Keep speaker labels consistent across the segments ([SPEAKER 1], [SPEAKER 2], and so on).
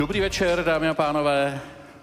[SPEAKER 1] Dobrý večer, dámy a pánové.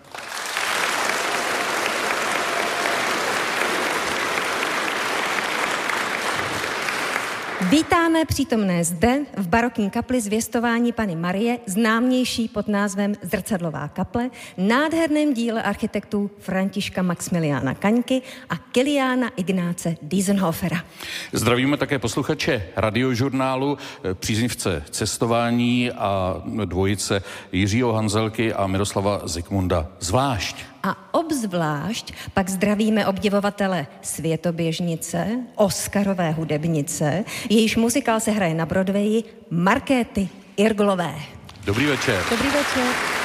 [SPEAKER 2] Vítáme přítomné zde v barokní kapli Zvěstování Panny Marie, známější pod názvem Zrcadlová kaple, nádherném díle architektů Františka Maxmiliána Kaňky a Kiliána Ignáce Diesenhofera.
[SPEAKER 1] Zdravíme také posluchače radiožurnálu, příznivce cestování a dvojice Jiřího Hanzelky a Miroslava Zikmunda zvlášť.
[SPEAKER 2] A obzvlášť pak zdravíme obdivovatele světoběžnice, oscarové hudebnice, jejíž muzikál se hraje na Broadwayi, Markéty Irglové.
[SPEAKER 1] Dobrý večer.
[SPEAKER 2] Dobrý večer.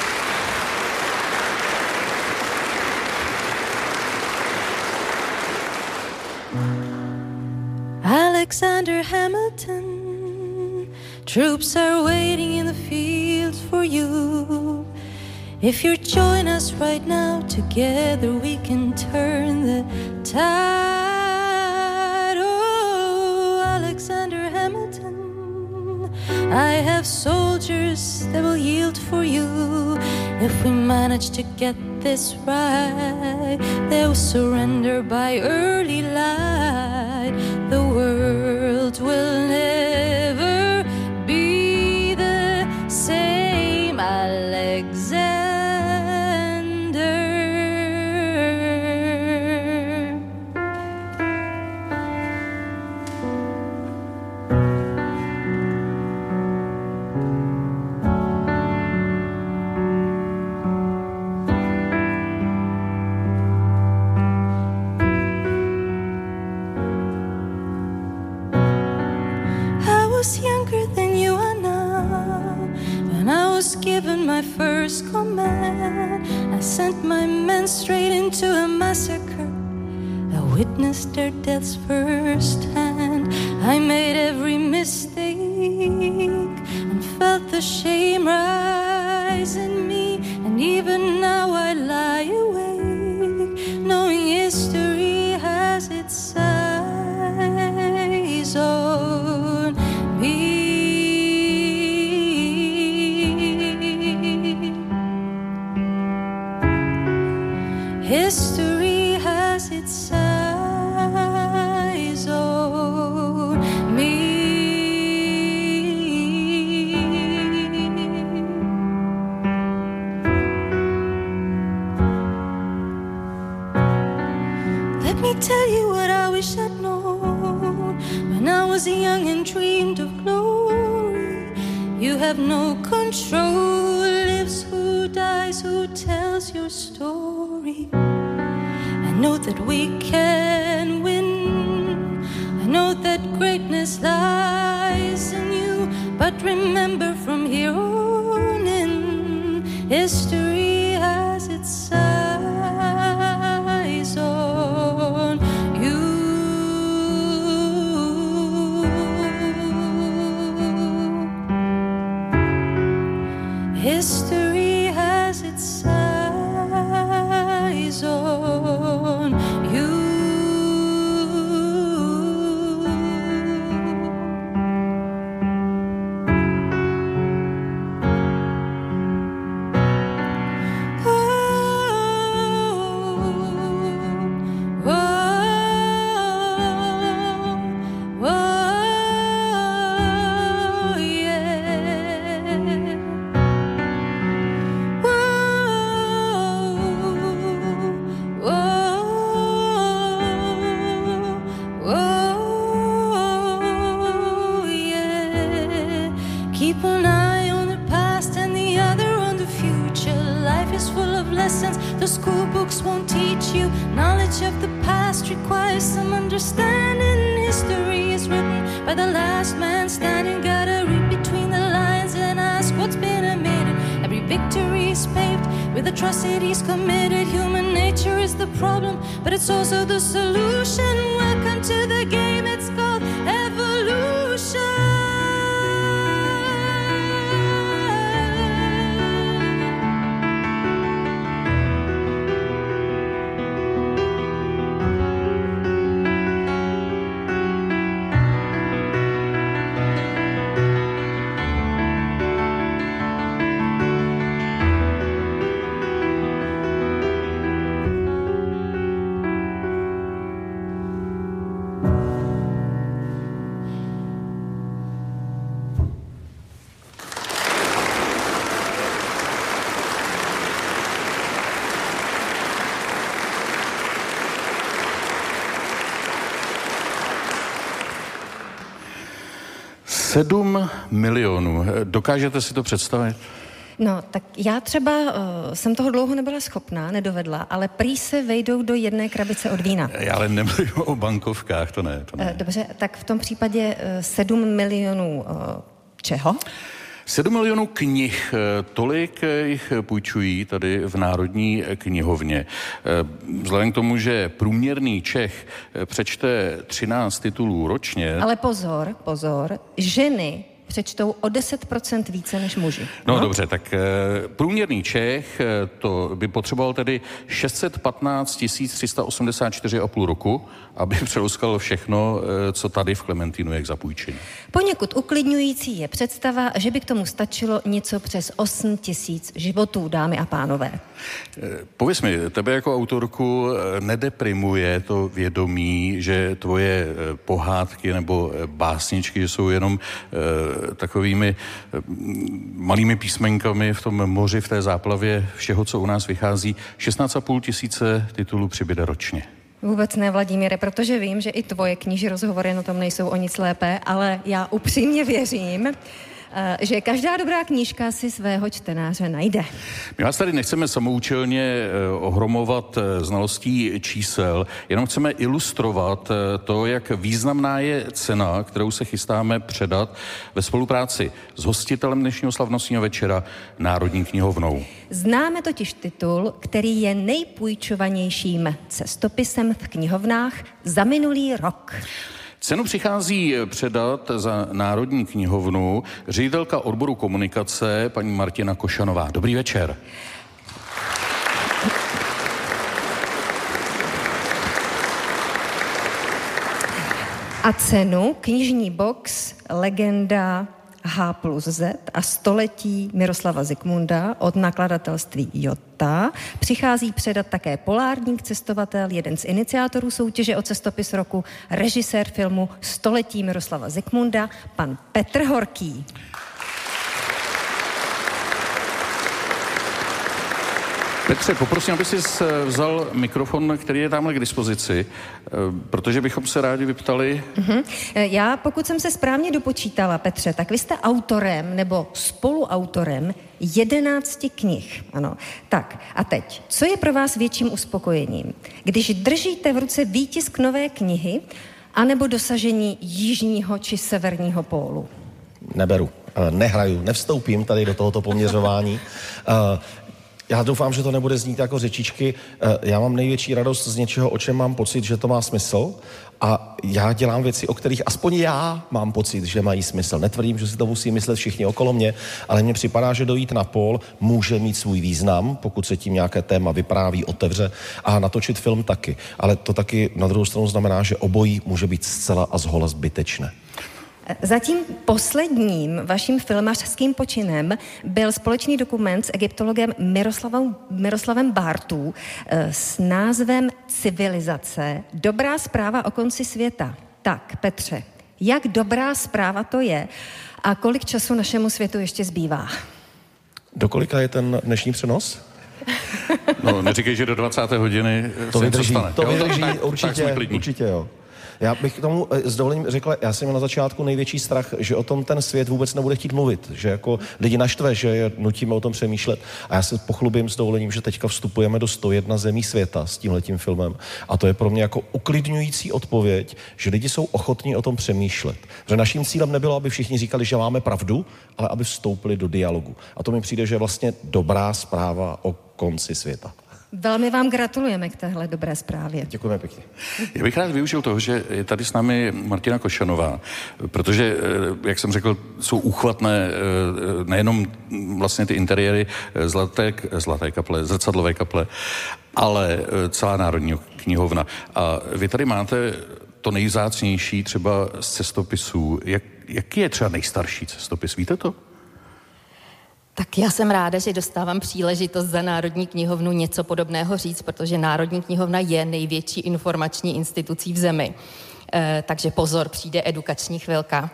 [SPEAKER 3] Alexander Hamilton, troops are waiting in the fields for you. If you join us right now, together we can turn the tide. Oh, Alexander Hamilton, I have soldiers that will yield for you. If we manage to get this right, they will surrender by early light. The world will never be the same, Alexander. Younger than you are now. When I was given my first command, I sent my men straight into a massacre. I witnessed their deaths firsthand. I made every mistake and felt the shame rise in me. And even now I lie awake, knowing history has its size on me. History has its size on me. Let me tell you what I wish I'd known when I was young and dreamed of glory. You have no control, lives who dies, who tells your story. I know that we can win, I know that greatness lies in you, but remember from here on in, history has its size on you. History has its size on you. Keep an eye on the past and the other on the future. Life is full of lessons the school books won't teach you. Knowledge of the past requires some understanding. History is written by the last man standing. Gotta read between the lines and ask what's been omitted. Every victory is paved with atrocities committed. Human nature is the problem, but it's also the solution. Welcome to the game, it's called evolution.
[SPEAKER 1] 7 milionů. Dokážete si to představit?
[SPEAKER 2] No, tak já třeba jsem toho dlouho nebyla schopná, nedovedla, ale prý se vejdou do jedné krabice od vína.
[SPEAKER 1] Já ale nemluvím o bankovkách, to ne.
[SPEAKER 2] Dobře, tak v tom případě 7 milionů čeho?
[SPEAKER 1] 7 milionů knih, tolik jich půjčují tady v Národní knihovně. Vzhledem k tomu, že průměrný Čech přečte 13 titulů ročně...
[SPEAKER 2] Ale pozor, ženy přečtou o 10% více než muži.
[SPEAKER 1] No dobře, tak průměrný Čech to by potřeboval tedy 615 384,5 roku, aby přelouskal všechno, co tady v Klementínu je k zapůjčení.
[SPEAKER 2] Poněkud uklidňující je představa, že by k tomu stačilo něco přes 8 000 životů, dámy a pánové.
[SPEAKER 1] Pověz mi, tebe jako autorku nedeprimuje to vědomí, že tvoje pohádky nebo básničky jsou jenom takovými malými písmenkami v tom moři, v té záplavě všeho, co u nás vychází. 16,5 tisíce titulů přibyde ročně.
[SPEAKER 2] Vůbec ne, Vladimíre, protože vím, že i tvoje kníži rozhovory na tom nejsou o nic lépe, ale já upřímně věřím, že každá dobrá knížka si svého čtenáře najde.
[SPEAKER 1] My vás tady nechceme samoučelně ohromovat znalostí čísel, jenom chceme ilustrovat to, jak významná je cena, kterou se chystáme předat ve spolupráci s hostitelem dnešního slavnostního večera Národní knihovnou.
[SPEAKER 2] Známe totiž titul, který je nejpůjčovanějším cestopisem v knihovnách za minulý rok.
[SPEAKER 1] Cenu přichází předat za Národní knihovnu ředitelka odboru komunikace paní Martina Košanová. Dobrý večer.
[SPEAKER 2] A cenu knižní box Legenda H+Z a století Miroslava Zikmunda od nakladatelství Jota přichází předat také polárník, cestovatel, jeden z iniciátorů soutěže o cestopis roku, režisér filmu Století Miroslava Zikmunda, pan Petr Horký.
[SPEAKER 1] Petře, poprosím, aby jsi vzal mikrofon, který je tamhle k dispozici, protože bychom se rádi vyptali.
[SPEAKER 2] Já, pokud jsem se správně dopočítala, Petře, tak vy jste autorem nebo spoluautorem 11 knih. Ano. Tak a teď, co je pro vás větším uspokojením? Když držíte v ruce výtisk nové knihy, anebo dosažení jižního či severního pólu?
[SPEAKER 4] Neberu, nehraju, nevstoupím tady do tohoto poměřování. Já doufám, že to nebude znít jako řečičky. Já mám největší radost z něčeho, o čem mám pocit, že to má smysl. A já dělám věci, o kterých aspoň já mám pocit, že mají smysl. Netvrdím, že si to musí myslet všichni okolo mě, ale mně připadá, že dojít na pól může mít svůj význam, pokud se tím nějaké téma vypráví, otevře, a natočit film taky. Ale to taky na druhou stranu znamená, že obojí může být zcela a zhola zbytečné.
[SPEAKER 2] Zatím posledním vaším filmařským počinem byl společný dokument s egyptologem Miroslavem Bártů s názvem Civilizace. Dobrá zpráva o konci světa. Tak, Petře, jak dobrá zpráva to je a kolik času našemu světu ještě zbývá?
[SPEAKER 4] Do kolika je ten dnešní přenos?
[SPEAKER 1] No, neříkej, že do 20. hodiny
[SPEAKER 4] to
[SPEAKER 1] se
[SPEAKER 4] vydrží,
[SPEAKER 1] stane.
[SPEAKER 4] to vydrží,
[SPEAKER 1] tak
[SPEAKER 4] určitě jo. Já bych tomu s dovolením řekl, já jsem měl na začátku největší strach, že o tom ten svět vůbec nebude chtít mluvit, že jako lidi naštve, že je nutíme o tom přemýšlet. A já se pochlubím s dovolením, že teďka vstupujeme do 101 zemí světa s tímhletím filmem. A to je pro mě jako uklidňující odpověď, že lidi jsou ochotní o tom přemýšlet. Že naším cílem nebylo, aby všichni říkali, že máme pravdu, ale aby vstoupili do dialogu. A to mi přijde, že je vlastně dobrá zpráva o konci světa.
[SPEAKER 2] Velmi vám gratulujeme k téhle dobré zprávě.
[SPEAKER 4] Děkujeme pěkně.
[SPEAKER 1] Já bych rád využil toho, že je tady s námi Martina Košanová, protože, jak jsem řekl, jsou úchvatné nejenom vlastně ty interiéry zlaté kaple, zrcadlové kaple, ale celá Národní knihovna. A vy tady máte to nejvzácnější třeba z cestopisů. Jaký je třeba nejstarší cestopis? Víte to?
[SPEAKER 5] Tak já jsem ráda, že dostávám příležitost za Národní knihovnu něco podobného říct, protože Národní knihovna je největší informační institucí v zemi. Takže pozor, přijde edukační chvilka.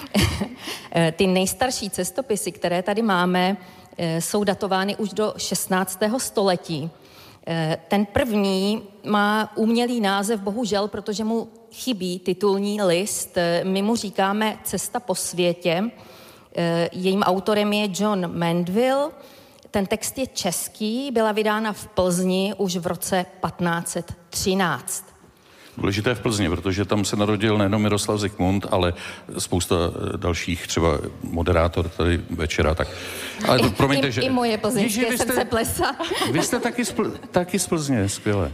[SPEAKER 5] Ty nejstarší cestopisy, které tady máme, jsou datovány už do 16. století. Ten první má umělý název, bohužel, protože mu chybí titulní list. My mu říkáme Cesta po světě. Jejím autorem je John Mandeville. Ten text je český, byla vydána v Plzni už v roce 1513.
[SPEAKER 1] Důležité v Plzni, protože tam se narodil nejenom Miroslav Zikmund, ale spousta dalších, třeba moderátor tady večera. Tak. Ale to, promiňte, že...
[SPEAKER 5] I moje plzeňské srdce plesa.
[SPEAKER 1] Vy jste taky z Plzně, skvěle.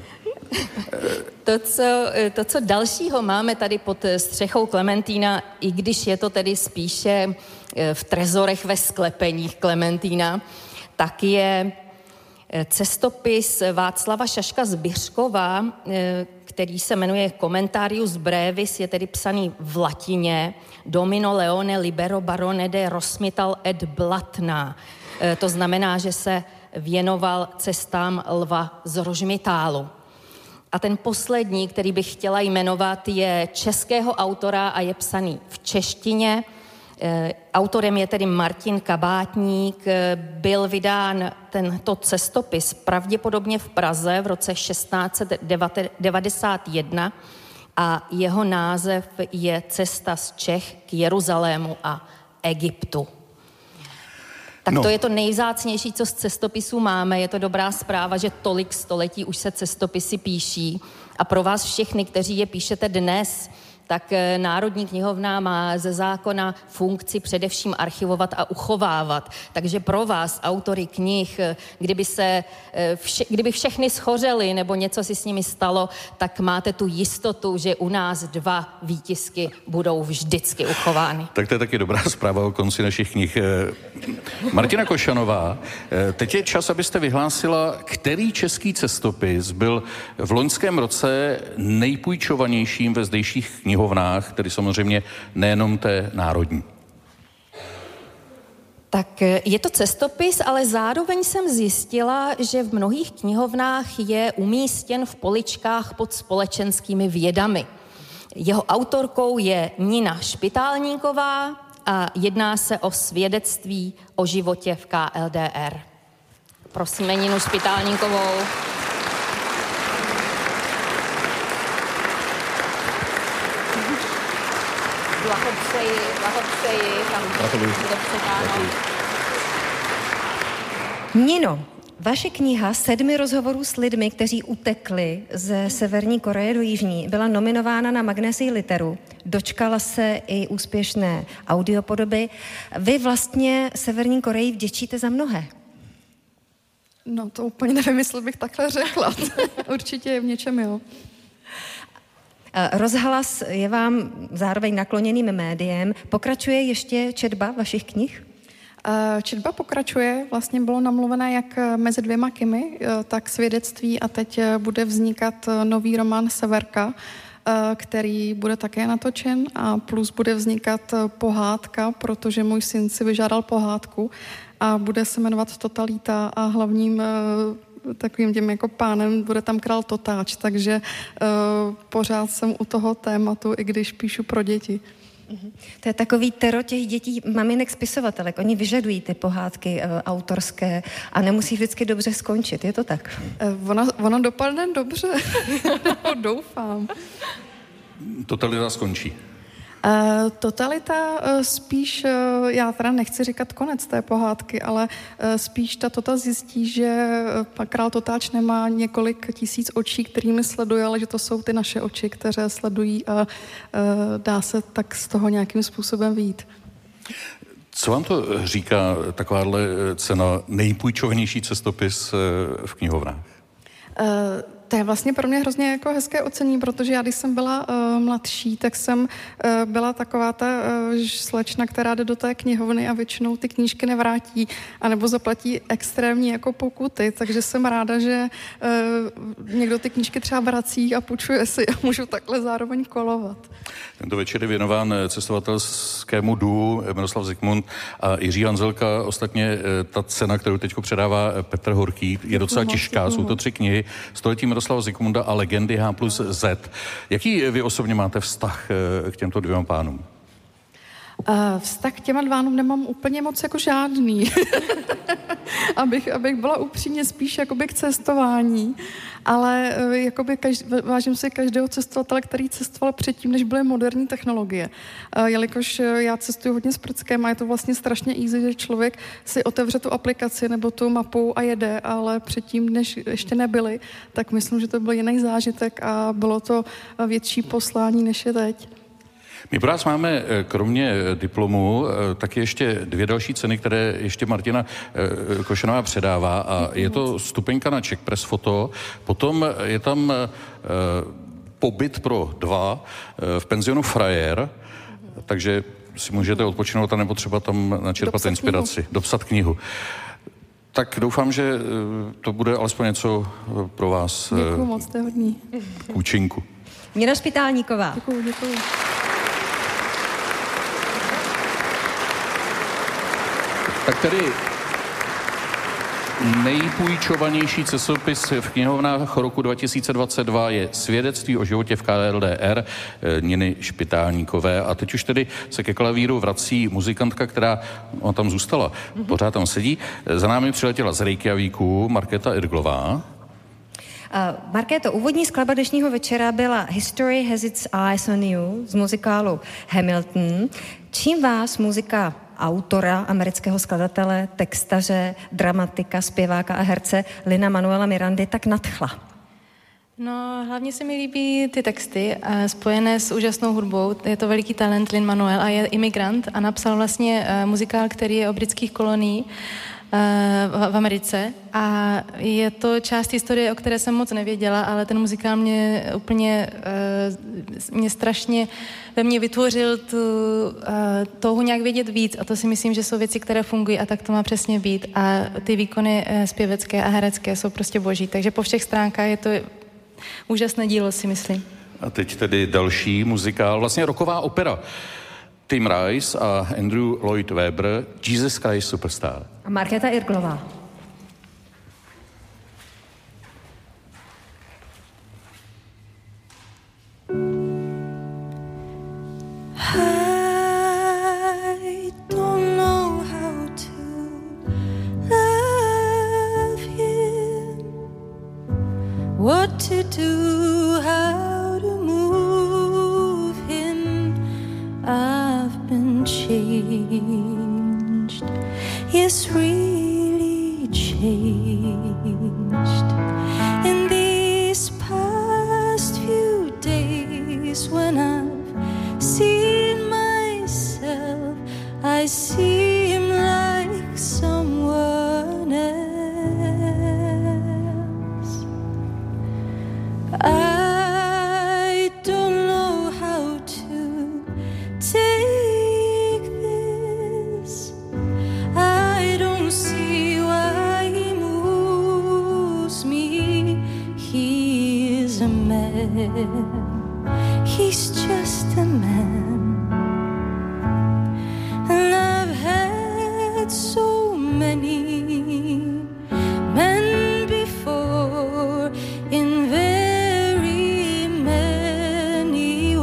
[SPEAKER 5] To, co dalšího máme tady pod střechou Klementína, i když je to tedy spíše v trezorech ve sklepeních Klementína, tak je cestopis Václava Šaška z Byřkova, který se jmenuje Commentarius brevis, je tedy psaný v latině, Domino Leone libero barone de Rosmital et Blatna. To znamená, že se věnoval cestám lva z Rožmitálu. A ten poslední, který bych chtěla jmenovat, je českého autora a je psaný v češtině. Autorem je tedy Martin Kabátník, byl vydán tento cestopis pravděpodobně v Praze v roce 1691 a jeho název je Cesta z Čech k Jeruzalému a Egyptu. Tak to je to nejvzácnější, co z cestopisů máme. Je to dobrá zpráva, že tolik století už se cestopisy píší. A pro vás všechny, kteří je píšete dnes, tak Národní knihovna má ze zákona funkci především archivovat a uchovávat. Takže pro vás, autory knih, kdyby všechny schořely nebo něco si s nimi stalo, tak máte tu jistotu, že u nás 2 výtisky budou vždycky uchovány.
[SPEAKER 1] Tak to je taky dobrá zpráva o konci našich knih. Martina Košanová, teď je čas, abyste vyhlásila, který český cestopis byl v loňském roce nejpůjčovanějším ve zdejších knihovnách, tedy samozřejmě nejenom té národní.
[SPEAKER 5] Tak je to cestopis, ale zároveň jsem zjistila, že v mnohých knihovnách je umístěn v poličkách pod společenskými vědami. Jeho autorkou je Nina Špitálníková a jedná se o svědectví o životě v KLDR. Prosíme Ninu Špitálníkovou. Blahopřeji, tam bude předáno.
[SPEAKER 2] Nino, vaše kniha 7 rozhovorů s lidmi, kteří utekli ze Severní Koreje do Jižní, byla nominována na Magnézii Literu. Dočkala se i úspěšné audiopodoby. Vy vlastně Severní Koreji vděčíte za mnohé.
[SPEAKER 6] No to úplně nevím, jestli bych takhle řekla. Určitě je v něčem, jo.
[SPEAKER 2] Rozhlas je vám zároveň nakloněným médiem. Pokračuje ještě četba vašich knih?
[SPEAKER 6] Četba pokračuje, vlastně bylo namluvené jak mezi 2 Kimy, tak svědectví a teď bude vznikat nový román Severka, který bude také natočen a plus bude vznikat pohádka, protože můj syn si vyžádal pohádku a bude se jmenovat Totalita a hlavním takovým tím jako pánem bude tam král Totáč, takže pořád jsem u toho tématu, i když píšu pro děti.
[SPEAKER 2] To je takový teror těch dětí, maminek spisovatelek. Oni vyžadují ty pohádky autorské a nemusí vždycky dobře skončit. Je to tak?
[SPEAKER 6] Ona dopadne dobře. Doufám.
[SPEAKER 1] Totalita skončí.
[SPEAKER 6] Totalita spíš, já teda nechci říkat konec té pohádky, ale spíš ta tota zjistí, že král Totáč nemá několik tisíc očí, kterými sleduje, ale že to jsou ty naše oči, které sledují a dá se tak z toho nějakým způsobem vyjít.
[SPEAKER 1] Co vám to říká takováhle cena nejpůjčovanější cestopis v knihovnách?
[SPEAKER 6] To je vlastně pro mě hrozně jako hezké ocenění, protože já, když jsem byla mladší, tak jsem byla taková ta slečna, která jde do té knihovny a většinou ty knížky nevrátí, anebo zaplatí extrémní jako pokuty, takže jsem ráda, že někdo ty knížky třeba vrací a půjčuje si a můžu takhle zároveň kolovat.
[SPEAKER 1] Tento večer je věnován cestovatelskému duo Miroslav Zikmund a Jiří Hanzelka. Ostatně ta cena, kterou teď předává Petr Horký, je docela těžká. Jsou to 3 knihy. Století Miroslava Zikmunda a Legendy H+Z. Jaký vy osobně máte vztah k těmto 2 pánům?
[SPEAKER 6] Vztah k těma dvánům nemám úplně moc jako žádný. abych byla upřímně spíš jakoby k cestování, ale jakoby vážím si každého cestovatele, který cestoval předtím, než byly moderní technologie. Jelikož já cestuju hodně s prckem a je to vlastně strašně easy, že člověk si otevře tu aplikaci nebo tu mapu a jede, ale předtím, než ještě nebyly, tak myslím, že to byl jiný zážitek a bylo to větší poslání, než je teď.
[SPEAKER 1] My pro vás máme kromě diplomu taky ještě 2 další ceny, které ještě Martina Košanová předává a je to stupenka na Czech Press Photo, potom je tam pobyt pro 2 v penzionu Frajer, takže si můžete odpočinout a nebo třeba tam načerpat inspiraci, dopsat knihu. Tak doufám, že to bude alespoň něco pro vás.
[SPEAKER 6] Děkuju moc, to je hodný.
[SPEAKER 1] K účinku.
[SPEAKER 2] Nina Špitálníková.
[SPEAKER 6] Děkuju.
[SPEAKER 1] Tak tedy nejpůjčovanější časopis v knihovnách roku 2022 je Svědectví o životě v KLDR Niny Špitálníkové. A teď už tedy se ke klavíru vrací muzikantka, která tam zůstala, pořád tam sedí. Za námi přiletěla z Reykjavíku Markéta Irglová.
[SPEAKER 2] Markéto, úvodní skladba dnešního večera byla History Has Its Eyes on You z muzikálu Hamilton. Čím vás muzika autora, amerického skladatele, textaře, dramatika, zpěváka a herce Lin-Manuela Mirandy tak nadchla?
[SPEAKER 5] No, hlavně se mi líbí ty texty spojené s úžasnou hudbou. Je to veliký talent Lin-Manuel a je imigrant a napsal vlastně muzikál, který je o britských koloniích v Americe a je to část historie, o které jsem moc nevěděla, ale ten muzikál mě úplně mě strašně ve mně vytvořil tu touhu nějak vědět víc a to si myslím, že jsou věci, které fungují a tak to má přesně být a ty výkony zpěvecké a herecké jsou prostě boží, takže po všech stránkách je to úžasné dílo, si myslím.
[SPEAKER 1] A teď tedy další muzikál, vlastně rocková opera. Tim Rice a Andrew Lloyd Webber, Jesus Christ Superstar.
[SPEAKER 2] A Markéta Irglová.
[SPEAKER 3] I don't know how to love him, what to do, how to move him. I've been changed, yes, really changed in these past few days when I've seen myself, I seem like someone else. I don't know how to take this. I don't see why he moves me. He is a man. He's just a man. And I've had so many men before in very many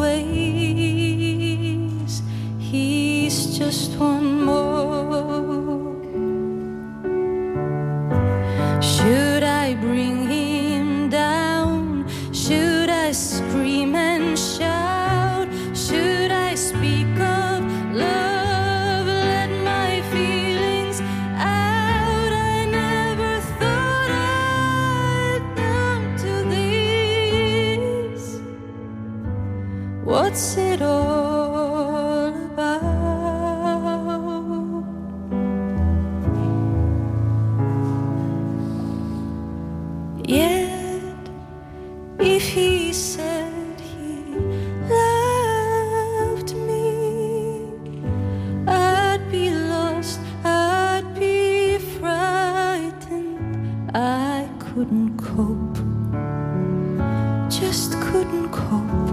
[SPEAKER 3] ways. He's just one more. Should I bring him down? Should I scream and shout? Should I speak of love? Let my feelings out. I never thought I'd come to this. What's it all about? Yet, if he said he loved me, I'd be lost, I'd be frightened. I couldn't cope, just couldn't cope.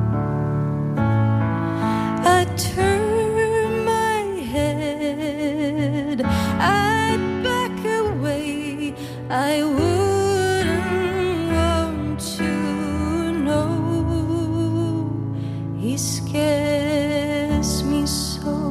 [SPEAKER 3] I'd turn my head, I'd back away, I wouldn't want to know. He scares me so.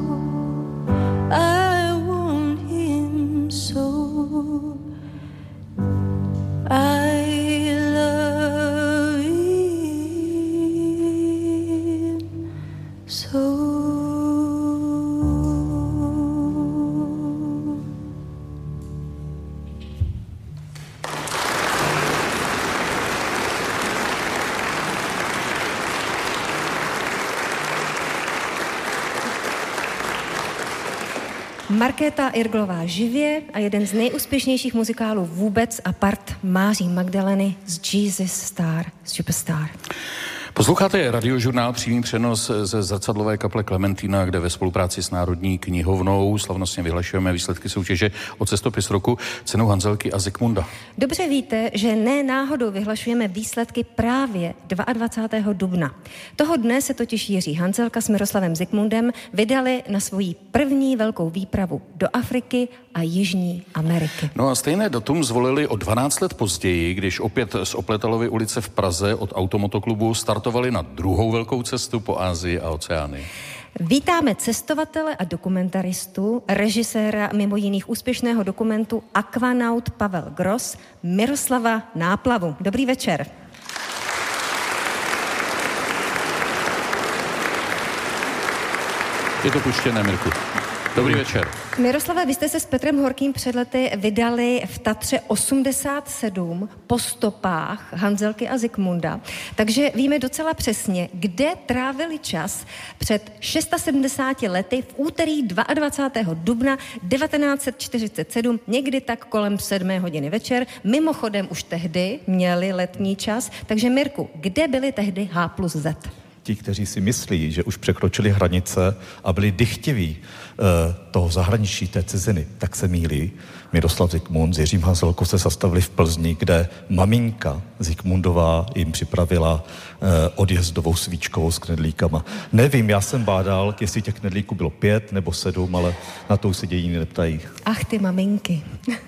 [SPEAKER 2] Markéta Irglová živě a jeden z nejúspěšnějších muzikálů vůbec a part Máří Magdaleny z Jesus Star Superstar.
[SPEAKER 1] Posloucháte Radiožurnál, přímý přenos ze zrcadlové kaple Klementína, kde ve spolupráci s Národní knihovnou slavnostně vyhlašujeme výsledky soutěže o cestopis roku cenou Hanzelky a Zikmunda.
[SPEAKER 2] Dobře víte, že ne náhodou vyhlašujeme výsledky právě 22. dubna. Toho dne se totiž Jiří Hanzelka s Miroslavem Zikmundem vydali na svoji první velkou výpravu do Afriky a Jižní Ameriky.
[SPEAKER 1] No a stejné datum zvolili o 12 let později, když opět z Opletalovy ulice v Praze od Automotoklubu startovali na druhou velkou cestu po Asii a Oceánii.
[SPEAKER 2] Vítáme cestovatele a dokumentaristu, režiséra mimo jiných úspěšného dokumentu Aquanaut Pavel Gross, Miroslava Náplavu. Dobrý večer.
[SPEAKER 1] Je to puštěné, Mirku. Dobrý večer.
[SPEAKER 2] Miroslave, vy jste se s Petrem Horkým před lety vydali v Tatře 87 po stopách Hanzelky a Zikmunda. Takže víme docela přesně, kde trávili čas před 670 lety v úterý 22. dubna 1947, někdy tak kolem 7 hodiny večer. Mimochodem už tehdy měli letní čas. Takže Mirku, kde byli tehdy H+Z?
[SPEAKER 7] Ti, kteří si myslí, že už překročili hranice a byli dychtiví toho zahraničí, té ciziny, tak se mýlí. Miroslav Zikmund s Jiřím Hanzelkou se zastavili v Plzni, kde maminka Zikmundová jim připravila odjezdovou svíčkovou s knedlíkama. Nevím, já jsem bádal, jestli těch knedlíků bylo 5 nebo 7, ale na to už se dějiny neptají.
[SPEAKER 2] Ach, ty maminky.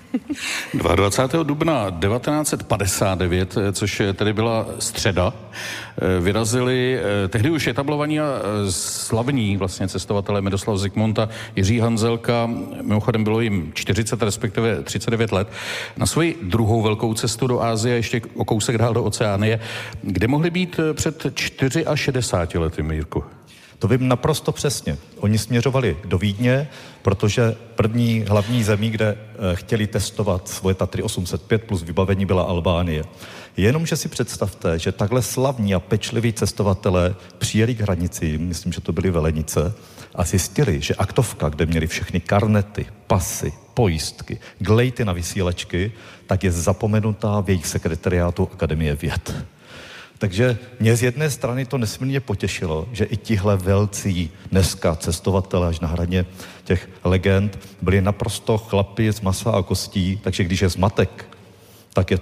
[SPEAKER 1] 22. dubna 1959, což tedy byla středa, vyrazili tehdy už etablovaní a slavní vlastně cestovatelé Miroslav Zikmund a Jiří Hanzelka, mimochodem bylo jim 40, respektive 39 let, na svoji druhou velkou cestu do Asie, ještě o kousek dál do Oceánie, kde mohli být před 64 lety, Mírku.
[SPEAKER 7] To vím naprosto přesně. Oni směřovali do Vídně, protože první hlavní zemí, kde chtěli testovat svoje Tatry 805 plus vybavení, byla Albánie. Jenomže si představte, že takhle slavní a pečliví cestovatelé přijeli k hranicím, myslím, že to byly Velenice, a zjistili, že aktovka, kde měli všechny karnety, pasy, pojistky, glejty na vysílačky, tak je zapomenutá v jejich sekretariátu Akademie věd. Takže mě z jedné strany to nesmírně potěšilo, že i tihle velcí dneska cestovatelé až na hraně těch legend byli naprosto chlapi z masa a kostí, takže když je zmatek, tak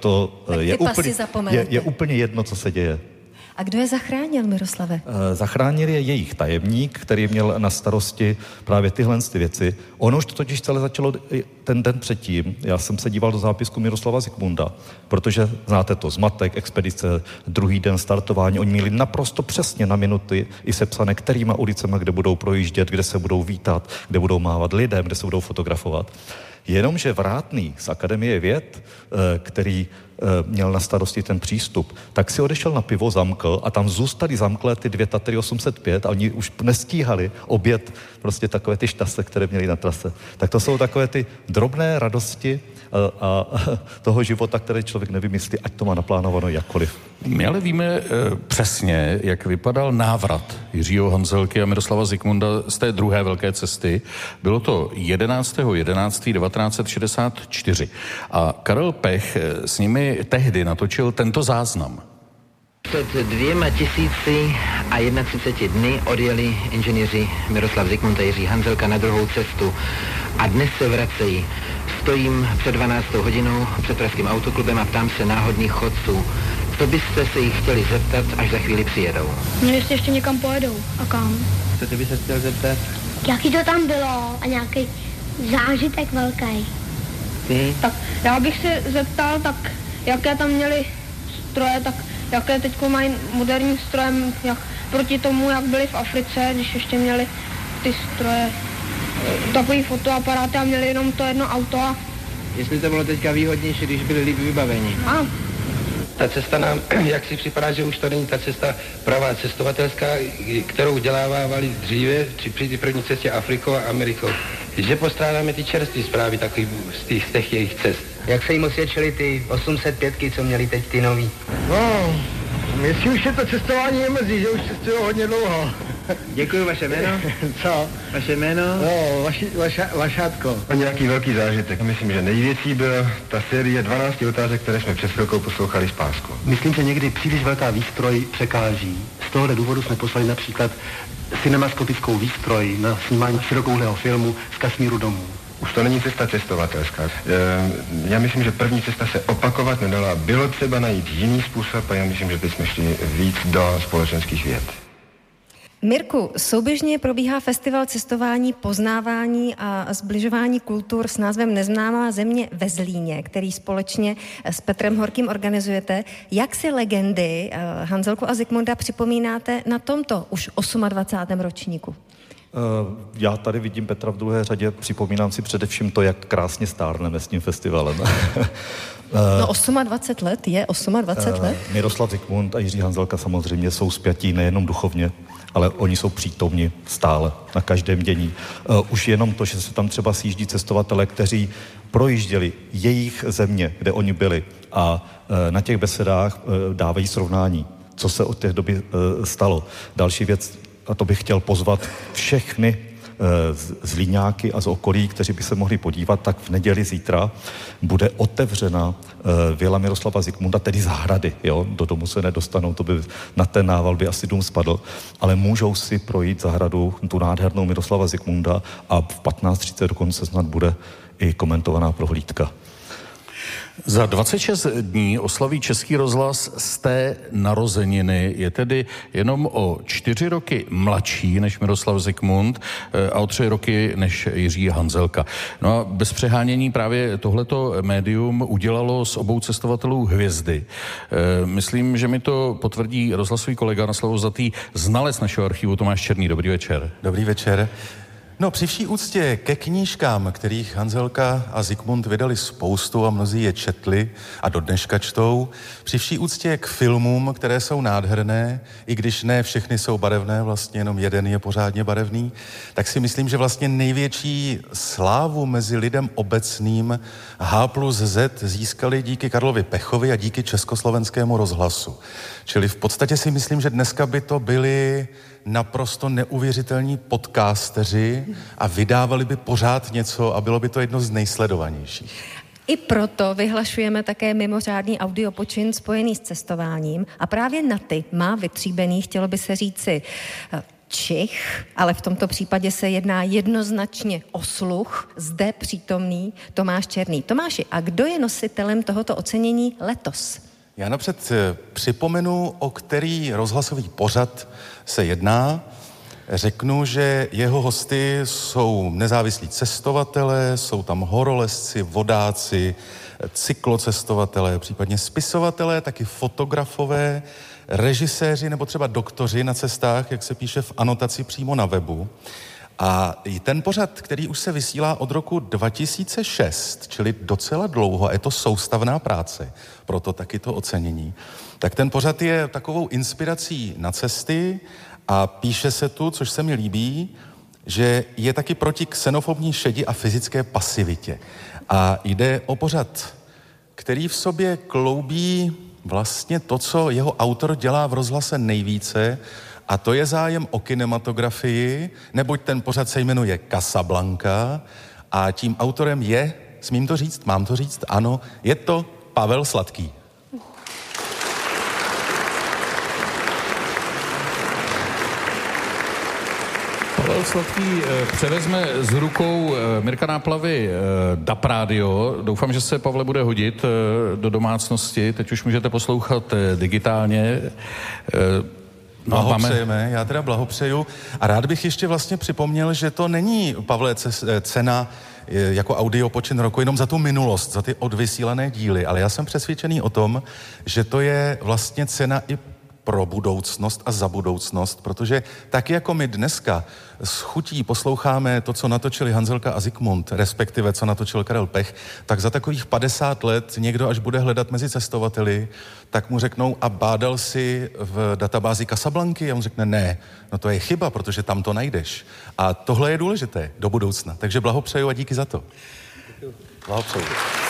[SPEAKER 7] je úplně jedno, co se děje.
[SPEAKER 2] A kdo je zachránil, Miroslave?
[SPEAKER 7] Zachránil je jejich tajemník, který měl na starosti právě tyhle věci. Ono už to totiž celé začalo ten den předtím. Já jsem se díval do zápisku Miroslava Zikmunda, protože znáte to, zmatek, expedice, druhý den startování. Oni měli naprosto přesně na minuty i sepsané, kterýma ulicema, kde budou projíždět, kde se budou vítat, kde budou mávat lidem, kde se budou fotografovat. Jenomže Vrátný z Akademie věd, který měl na starosti ten přístup, tak si odešel na pivo, zamkl a tam zůstaly zamklé ty 2 Tatry 805 a oni už nestíhali obět prostě takové ty štase, které měli na trase. Tak to jsou takové ty drobné radosti a toho života, které člověk nevymyslí, ať to má naplánováno jakkoliv.
[SPEAKER 1] My ale víme přesně, jak vypadal návrat Jiřího Hanzelky a Miroslava Zikmunda z té druhé velké cesty. Bylo to 11.11.1964 a Karel Pech s nimi tehdy natočil tento záznam.
[SPEAKER 8] Před 2031 dny odjeli inženýři Miroslav Zikmund a Jiří Hanzelka na druhou cestu a dnes se vracejí. Stojím před 12. hodinou před pražským autoklubem a ptám se náhodných chodců, co byste se jich chtěli zeptat, až za chvíli přijedou.
[SPEAKER 9] No jestli ještě někam pojedou. A kam?
[SPEAKER 8] Co ty bys se chtěl zeptat?
[SPEAKER 9] Jaký to tam bylo a nějaký zážitek velký.
[SPEAKER 8] Ty?
[SPEAKER 9] Tak já bych se zeptal, tak jaké tam měli stroje, tak jaké teďko mají moderní stroje, jak proti tomu, jak byli v Africe, když ještě měli ty stroje, takový fotoaparáty a měli jenom to jedno auto.
[SPEAKER 8] Jestli to bylo teďka výhodnější, když byli líp vybavení.
[SPEAKER 9] Ano.
[SPEAKER 10] Ta cesta nám, jak si připadá, že už to není ta cesta pravá cestovatelská, kterou dělávali dříve při té první cestě Afrikou a Amerikou. Že postrádáme ty čerstvé zprávy takový z těch jejich cest.
[SPEAKER 8] Jak se jim osvědčily ty 805, co měli teď ty nový?
[SPEAKER 10] No, jestli už je to cestování je mrzí, že už cestují hodně dlouho.
[SPEAKER 8] Děkuji, vaše jméno?
[SPEAKER 10] Co?
[SPEAKER 8] Vaše jméno?
[SPEAKER 10] No, Vašátko.
[SPEAKER 11] Nějaký velký zážitek. Myslím, že největší byla ta série 12 otázek, které jsme před chvilkou poslouchali z Pásku.
[SPEAKER 10] Myslím, že někdy příliš velká výstroj překáží. Z tohohle důvodu jsme poslali například cinemaskopickou výstroj na snímání širokouhlého filmu z Kašmíru domů.
[SPEAKER 11] Už to není cesta cestovatelská. Já myslím, že první cesta se opakovat nedala. Bylo třeba najít jiný způsob a já myslím, že teď jsme šli víc do společenských věd.
[SPEAKER 2] Mirku, souběžně probíhá festival cestování, poznávání a zbližování kultur s názvem Neznámá země ve Zlíně, který společně s Petrem Horkým organizujete. Jak si legendy Hanzelku a Zikmunda připomínáte na tomto už 28. ročníku?
[SPEAKER 7] Já tady vidím Petra v druhé řadě, připomínám si především to, jak krásně stárneme s tím festivalem.
[SPEAKER 2] No 28 let je 28 let.
[SPEAKER 7] Miroslav Zikmund a Jiří Hanzelka samozřejmě jsou spjatí nejenom duchovně, ale oni jsou přítomni stále na každém dění. Už jenom to, že se tam třeba sjíždí cestovatelé, kteří projížděli jejich země, kde oni byli a na těch besedách dávají srovnání, co se od té doby stalo. Další věc, a to bych chtěl pozvat všechny Zlíňáky a z okolí, kteří by se mohli podívat, tak v neděli zítra bude otevřena vila Miroslava Zikmunda, tedy zahrady. Jo? Do domu se nedostanou, to by na ten nával by asi dům spadl, ale můžou si projít zahradu, tu nádhernou Miroslava Zikmunda a v 15:30 dokonce snad bude i komentovaná prohlídka.
[SPEAKER 1] Za 26 dní oslaví Český rozhlas z té narozeniny. Je tedy jenom o 4 roky mladší než Miroslav Zikmund a o 3 roky než Jiří Hanzelka. No a bez přehánění právě tohleto médium udělalo z obou cestovatelů hvězdy. Myslím, že mi to potvrdí rozhlasový kolega na slovo zatý znalec našeho archivu Tomáš Černý. Dobrý večer.
[SPEAKER 12] Dobrý večer. No, při vší úctě ke knížkám, kterých Hanzelka a Zikmund vydali spoustu a mnozí je četli a do dneška čtou, při vší úctě k filmům, které jsou nádherné, i když ne všechny jsou barevné, vlastně jenom jeden je pořádně barevný, tak si myslím, že vlastně největší slávu mezi lidem obecným H+Z získali díky Karlovi Pechovi a díky Československému rozhlasu. Čili v podstatě si myslím, že dneska by to byli naprosto neuvěřitelní podcasteři a vydávali by pořád něco a bylo by to jedno z nejsledovanějších.
[SPEAKER 2] I proto vyhlašujeme také mimořádný audiopočin spojený s cestováním a právě na ty má vytříbený, chtělo by se říci, Čich, ale v tomto případě se jedná jednoznačně o sluch, zde přítomný Tomáš Černý. Tomáši, a kdo je nositelem tohoto ocenění letos?
[SPEAKER 12] Já napřed připomenu, o který rozhlasový pořad se jedná. Řeknu, že jeho hosty jsou nezávislí cestovatelé, jsou tam horolezci, vodáci, cyklocestovatelé, případně spisovatelé, taky fotografové, režiséři nebo třeba doktoři na cestách, jak se píše v anotaci přímo na webu. A ten pořad, který už se vysílá od roku 2006, čili docela dlouho, a je to soustavná práce, proto taky to ocenění, tak ten pořad je takovou inspirací na cesty a píše se tu, což se mi líbí, že je taky proti xenofobní šedi a fyzické pasivitě. A jde o pořad, který v sobě kloubí vlastně to, co jeho autor dělá v rozhlase nejvíce, a to je zájem o kinematografii, neboť ten pořad se jmenuje Casablanca a tím autorem je, smím to říct, mám to říct, ano, je to Pavel Sladký.
[SPEAKER 1] Pavel Sladký převezme z rukou Mirka Náplavy DAB Radio. Doufám, že se, Pavle, bude hodit do domácnosti. Teď už můžete poslouchat digitálně.
[SPEAKER 12] Blahopřejeme, já teda blahopřeju. A rád bych ještě vlastně připomněl, že to není, Pavle, cena jako audiopočin roku jenom za tu minulost, za ty odvysílané díly, ale já jsem přesvědčený o tom, že to je vlastně cena i pro budoucnost a za budoucnost, protože tak jako my dneska s chutí posloucháme to, co natočili Hanzelka a Zikmund, respektive co natočil Karel Pech, tak za takových 50 let někdo, až bude hledat mezi cestovateli, tak mu řeknou, a bádal si v databázi Casablanky? A on řekne, ne, no to je chyba, protože tam to najdeš. A tohle je důležité do budoucna. Takže blahopřeju a díky za to. Blahopřeju.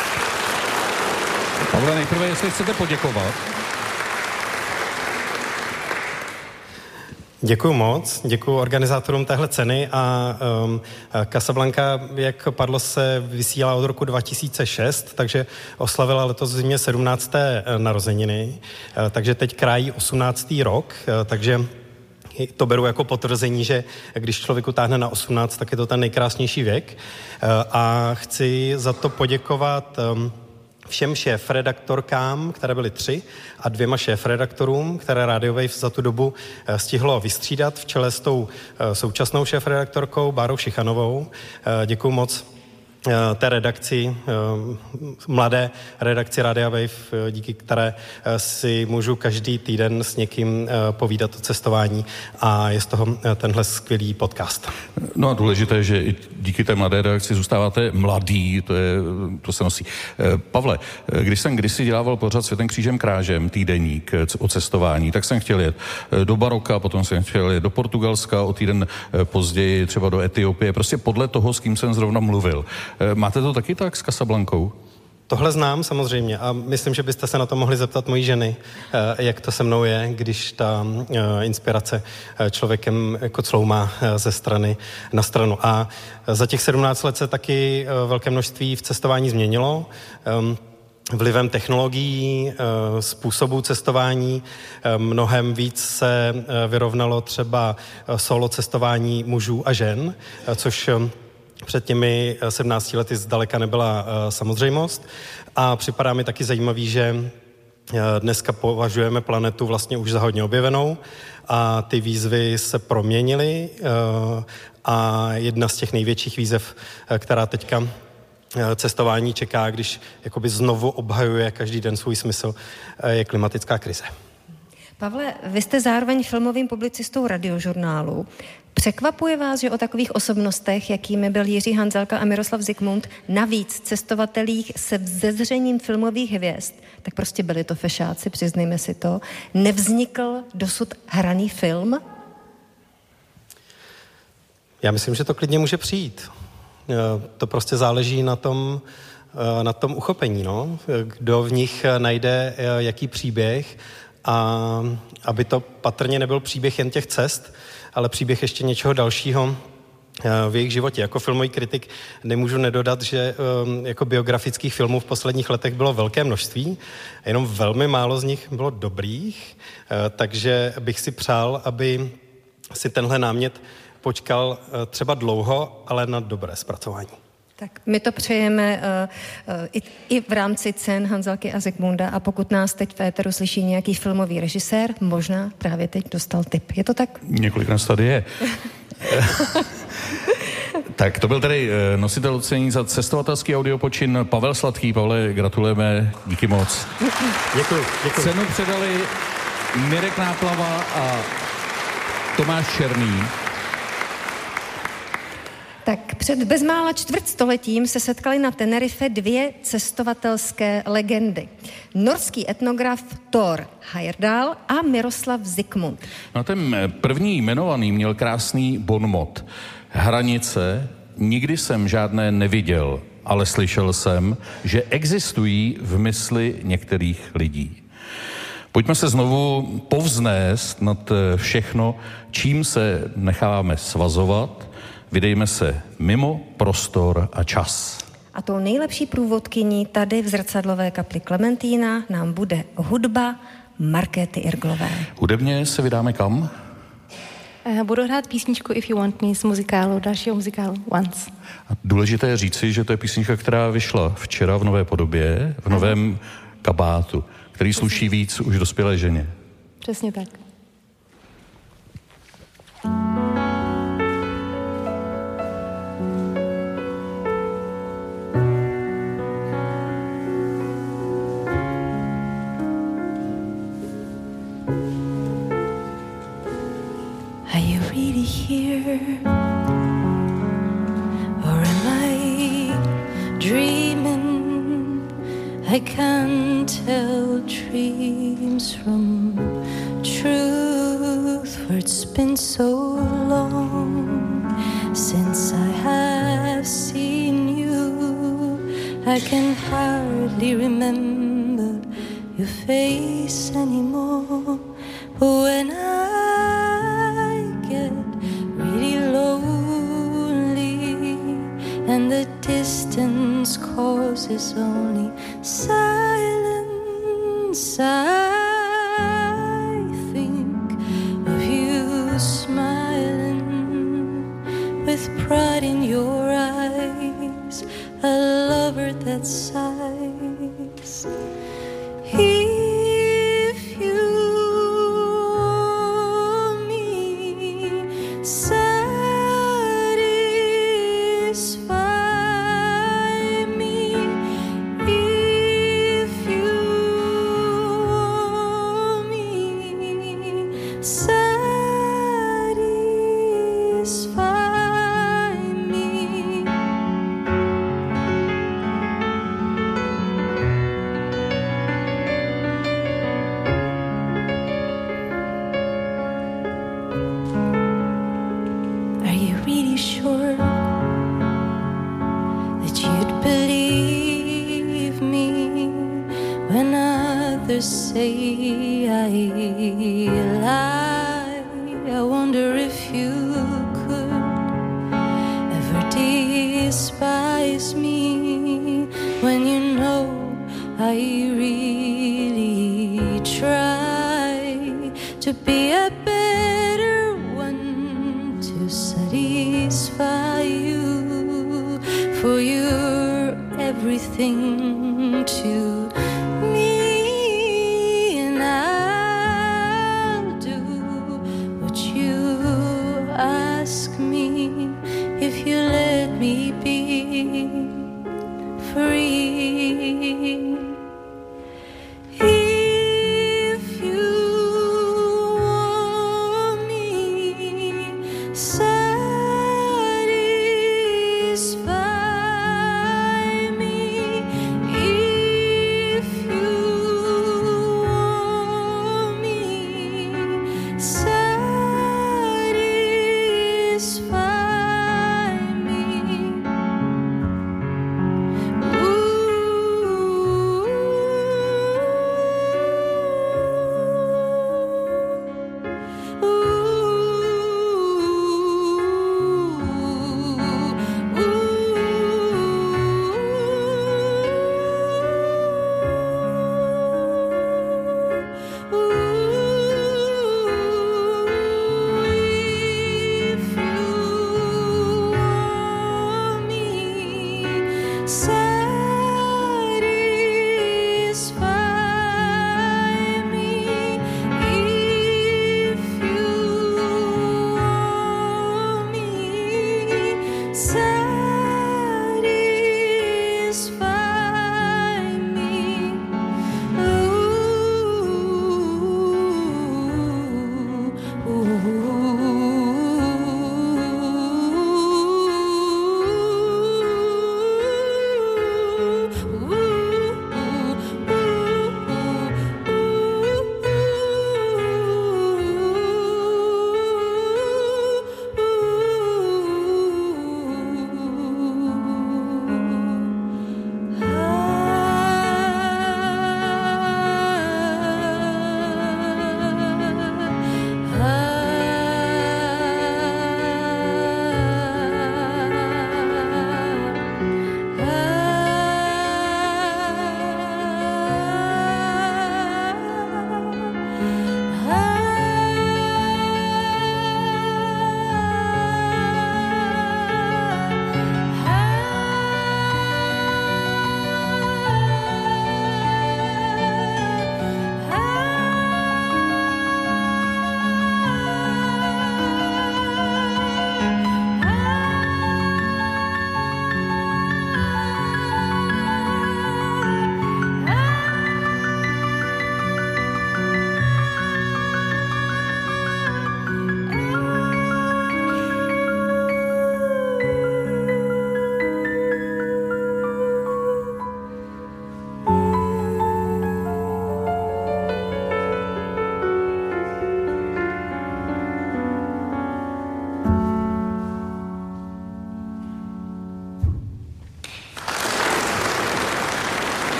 [SPEAKER 1] Pavle, nejprve, jestli chcete poděkovat.
[SPEAKER 13] Děkuju moc, děkuju organizátorům téhle ceny a Casablanca, jak padlo, se vysílá od roku 2006, takže oslavila letos v zimě 17. narozeniny, takže teď krájí 18. rok, takže to beru jako potvrzení, že když člověk utáhne na 18, tak je to ten nejkrásnější věk. A chci za to poděkovat všem šéfredaktorkám, které byly 3, a 2 šéfredaktorům, které Radio Wave za tu dobu stihlo vystřídat v čele s tou současnou šéfredaktorkou Bárou Šichanovou. Děkuju moc té redakci, mladé redakci Radia Wave, díky které si můžu každý týden s někým povídat o cestování a je z toho tenhle skvělý podcast.
[SPEAKER 1] No a důležité, že i díky té mladé redakci zůstáváte mladý, to se nosí. Pavle, když jsem kdysi dělával pořad Světem křížem krážem, týdeník o cestování, tak jsem chtěl jet do Maroka, potom jsem chtěl jet do Portugalska, o týden později třeba do Etiopie, prostě podle toho, s kým jsem zrovna mluvil. Máte to taky tak s Casablancou?
[SPEAKER 13] Tohle znám samozřejmě a myslím, že byste se na to mohli zeptat mojí ženy, jak to se mnou je, když ta inspirace člověkem jako cloumá ze strany na stranu. A za těch 17 let se taky velké množství v cestování změnilo. Vlivem technologií, způsobů cestování mnohem víc se vyrovnalo třeba solo cestování mužů a žen, což před těmi 17 lety zdaleka nebyla samozřejmost a připadá mi taky zajímavý, že dneska považujeme planetu vlastně už za hodně objevenou a ty výzvy se proměnily a jedna z těch největších výzev, která teďka cestování čeká, když jakoby znovu obhajuje každý den svůj smysl, je klimatická krize.
[SPEAKER 2] Pavle, vy jste zároveň filmovým publicistou Radiožurnálu. Překvapuje vás, že o takových osobnostech, jakými byl Jiří Hanzelka a Miroslav Zikmund, navíc cestovatelích se vzezřením filmových hvězd, tak prostě byli to fešáci, přiznejme si to, nevznikl dosud hraný film?
[SPEAKER 13] Já myslím, že to klidně může přijít. To prostě záleží na tom uchopení, no? Kdo v nich najde jaký příběh a aby to patrně nebyl příběh jen těch cest, ale příběh ještě něčeho dalšího v jejich životě. Jako filmový kritik nemůžu nedodat, že jako biografických filmů v posledních letech bylo velké množství, jenom velmi málo z nich bylo dobrých, takže bych si přál, aby si tenhle námět počkal třeba dlouho, ale na dobré zpracování.
[SPEAKER 2] Tak my to přejeme i v rámci cen Hanzelky a Zikmunda a pokud nás teď v éteru slyší nějaký filmový režisér, možná právě teď dostal tip. Je to tak?
[SPEAKER 1] Několik nás tady je. Tak to byl tedy nositel ocenění za cestovatelský audiopočin Pavel Sladký. Pavle, gratulujeme, díky moc.
[SPEAKER 13] Děkuji.
[SPEAKER 1] Cenu předali Mirek Náplava a Tomáš Černý.
[SPEAKER 2] Tak před bezmála čtvrtstoletím se setkali na Tenerife 2 cestovatelské legendy. Norský etnograf Thor Heyerdahl a Miroslav Zikmund.
[SPEAKER 1] No ten první jmenovaný měl krásný bonmot. Hranice nikdy jsem žádné neviděl, ale slyšel jsem, že existují v mysli některých lidí. Pojďme se znovu povznést nad všechno, čím se necháváme svazovat. Vydejme se mimo prostor a čas.
[SPEAKER 2] A tou nejlepší průvodkyní tady v zrcadlové kapli Klementína nám bude hudba Markéty Irglové.
[SPEAKER 1] Hudebně se vydáme kam?
[SPEAKER 5] Budu hrát písničku If You Want Me z muzikálu, dalšího muzikálu Once.
[SPEAKER 1] A důležité je říci, že to je písnička, která vyšla včera v nové podobě, v novém kabátu, který sluší víc už dospělé ženě.
[SPEAKER 5] Přesně tak.
[SPEAKER 3] I can tell dreams from truth, for it's been so long since I have seen you. I can hardly remember your face anymore. But when I is only silence. I think of you smiling with pride in your eyes, a lover that sighs. If you owe me, satisfy me. If you owe me, satisfy me. Are you really sure that you'd believe me when others say I lie? I wonder if you could ever despise me when you know I really try to be a better one to satisfy you, for you're everything to me, and I'll do what you ask me if you let me be free. If you want me, satisfy me. If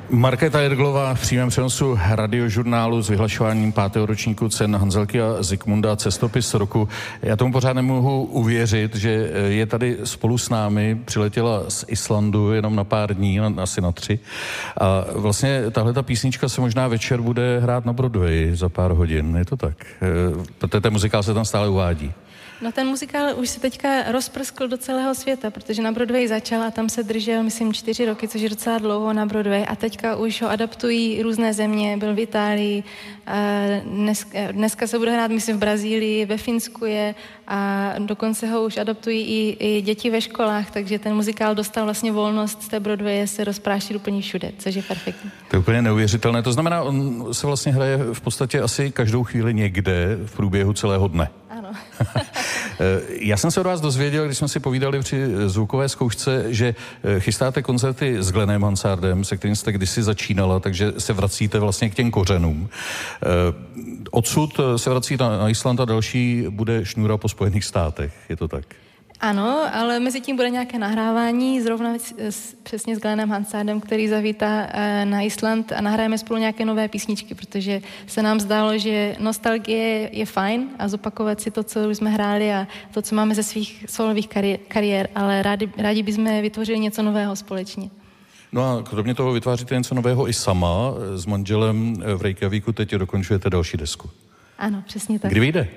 [SPEAKER 1] Markéta Jerglová v přímém přenosu Radiožurnálu s vyhlašováním 5. ročníku cen Hanzelky a Zikmunda Cestopis roku. Já tomu pořád nemohu uvěřit, že je tady spolu s námi, přiletěla z Islandu jenom na pár dní, asi na 3. A vlastně tahle ta písnička se možná večer bude hrát na Broadway za pár hodin, je to tak? Protože ten muzikál se tam stále uvádí.
[SPEAKER 14] No ten muzikál už se teďka rozprskl do celého světa, protože na Broadway začal a tam se držel, myslím, 4 roky, což je docela dlouho na Broadway a teďka už ho adaptují různé země, byl v Itálii, dneska se bude hrát, myslím, v Brazílii, ve Finsku je a dokonce ho už adaptují i děti ve školách, takže ten muzikál dostal vlastně volnost z té Broadwaye se rozprášit úplně všude, což je perfektní.
[SPEAKER 1] To je úplně neuvěřitelné, to znamená, on se vlastně hraje v podstatě asi každou chvíli někde v průběhu celého dne.
[SPEAKER 14] Ano.
[SPEAKER 1] Já jsem se od vás dozvěděl, když jsme si povídali při zvukové zkoušce, že chystáte koncerty s Glennem Hansardem, se kterým jste kdysi začínala, takže se vracíte vlastně k těm kořenům. Odsud se vrací na Island a další bude šňůra po Spojených státech, je to tak?
[SPEAKER 14] Ano, ale mezi tím bude nějaké nahrávání, zrovna přesně s Glennem Hansardem, který zavítá na Island a nahrajeme spolu nějaké nové písničky, protože se nám zdálo, že nostalgie je fajn a zopakovat si to, co už jsme hráli a to, co máme ze svých solových kariér, ale rádi bychom vytvořili něco nového společně.
[SPEAKER 1] No a kromě toho vytváříte něco nového i sama. S manželem v Reykjavíku teď dokončujete další desku.
[SPEAKER 14] Ano, přesně tak.
[SPEAKER 1] Kdy vyjde?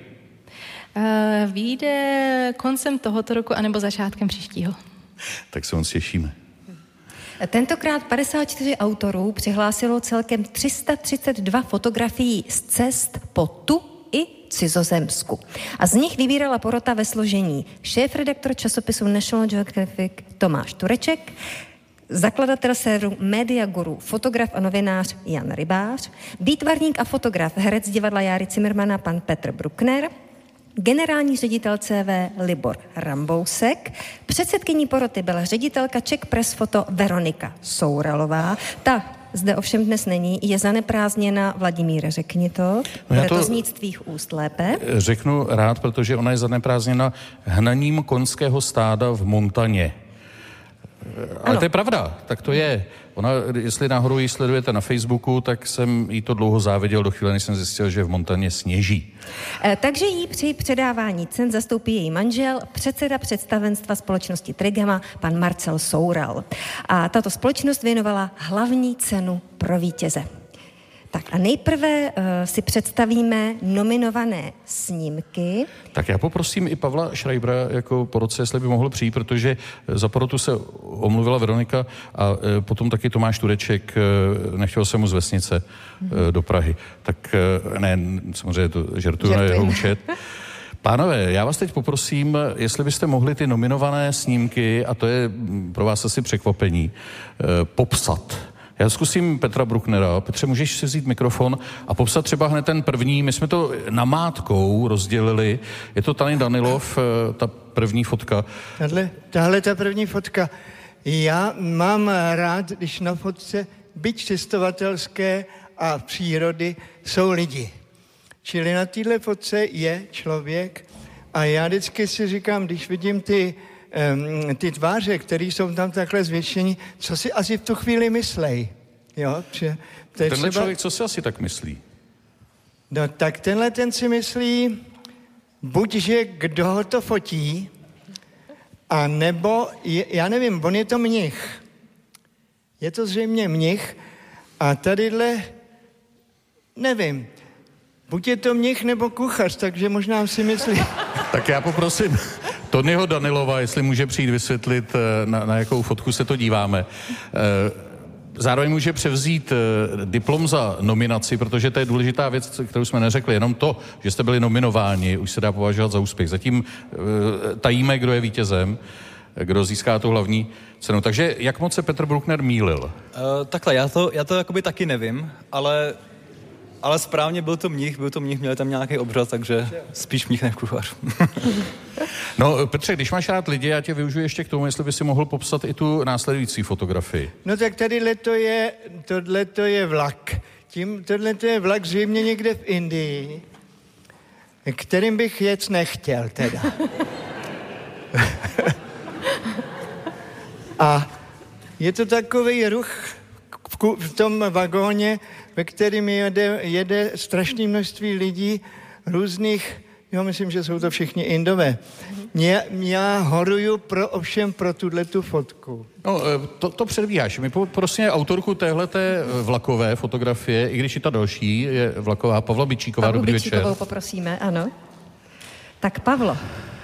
[SPEAKER 14] Vyjde koncem tohoto roku anebo začátkem příštího.
[SPEAKER 1] Tak se moc těšíme.
[SPEAKER 2] Tentokrát 54 autorů přihlásilo celkem 332 fotografií z cest po tu i cizozemsku. A z nich vybírala porota ve složení šéfredaktor časopisu National Geographic Tomáš Tureček, zakladatel serveru Media Guru, fotograf a novinář Jan Rybář, výtvarník a fotograf, herec divadla Járy Cimrmana pan Petr Bruckner, generální ředitel CV Libor Rambousek, předsedkyní poroty byla ředitelka Czech Press Photo Veronika Souralová. Ta zde ovšem dnes není, je zaneprázdněna. Vladimíre, řekni to. Bude to znít z tvých úst lépe.
[SPEAKER 1] Řeknu rád, protože ona je zaneprázdněna hnaním koňského stáda v Montaně. Ale to je pravda, tak to je. Ona, jestli náhodou ji sledujete na Facebooku, tak jsem jí to dlouho záviděl do chvíle, než jsem zjistil, že v Montaně sněží.
[SPEAKER 2] Takže jí při předávání cen zastoupí její manžel, předseda představenstva společnosti Trigema, pan Marcel Soural. A tato společnost věnovala hlavní cenu pro vítěze. Tak a nejprve si představíme nominované snímky.
[SPEAKER 1] Tak já poprosím i Pavla Schreibera jako porodce, jestli by mohl přijít, protože za porotu se omluvila Veronika a potom taky Tomáš Tureček, nechtěl jsem mu z vesnice do Prahy. Tak ne, samozřejmě to žertuju na jeho účet. Pánové, já vás teď poprosím, jestli byste mohli ty nominované snímky, a to je pro vás asi překvapení, popsat. Já zkusím Petra Brucknera. Petře, můžeš si vzít mikrofon a popsat třeba hned ten první. My jsme to namátkou rozdělili. Je to Tany Danilov, ta první fotka.
[SPEAKER 15] Tahle ta první fotka. Já mám rád, když na fotce, byť cestovatelské a přírody, jsou lidi. Čili na téhle fotce je člověk a já vždycky si říkám, když vidím ty tváře, které jsou tam takhle zvětšení, co si asi v tu chvíli myslej. Jo?
[SPEAKER 1] Tenhle třeba člověk, co si asi tak myslí?
[SPEAKER 15] No tak tenhle ten si myslí, buď, že kdo ho to fotí, a nebo, já nevím, on je to mnich. Je to zřejmě mnich a tadyhle, nevím, buď je to mnich nebo kuchař, takže možná si myslí.
[SPEAKER 1] Tak já poprosím Tonyho Danilova, jestli může přijít vysvětlit, na jakou fotku se to díváme. Zároveň může převzít diplom za nominaci, protože to je důležitá věc, kterou jsme neřekli. Jenom to, že jste byli nominováni, už se dá považovat za úspěch. Zatím tajíme, kdo je vítězem, kdo získá tu hlavní cenu. Takže jak moc se Petr Bruckner mýlil?
[SPEAKER 16] Takhle, já to jakoby taky nevím, ale správně byl to mnich, měl tam nějaký obřad, takže spíš mnich než kuchař.
[SPEAKER 1] No, Petře, když máš rád lidi, já tě využiju ještě k tomu, jestli by si mohl popsat i tu následující fotografii.
[SPEAKER 15] No tak tohle je vlak. Tohle je vlak zřejmě někde v Indii, kterým bych jet nechtěl teda. A je to takový ruch v tom vagóně, ve kterém jede strašné množství lidí různých, já myslím, že jsou to všichni Indové. Já horuju ovšem pro tuhletu fotku.
[SPEAKER 1] No, to předbíháš. My prosím autorku téhleté vlakové fotografie, i když i ta další je vlaková, Pavla Byčíková.
[SPEAKER 2] Pavlu
[SPEAKER 1] Dobrý
[SPEAKER 2] Byčíkovou
[SPEAKER 1] večer.
[SPEAKER 2] poprosíme, ano. Tak Pavlo.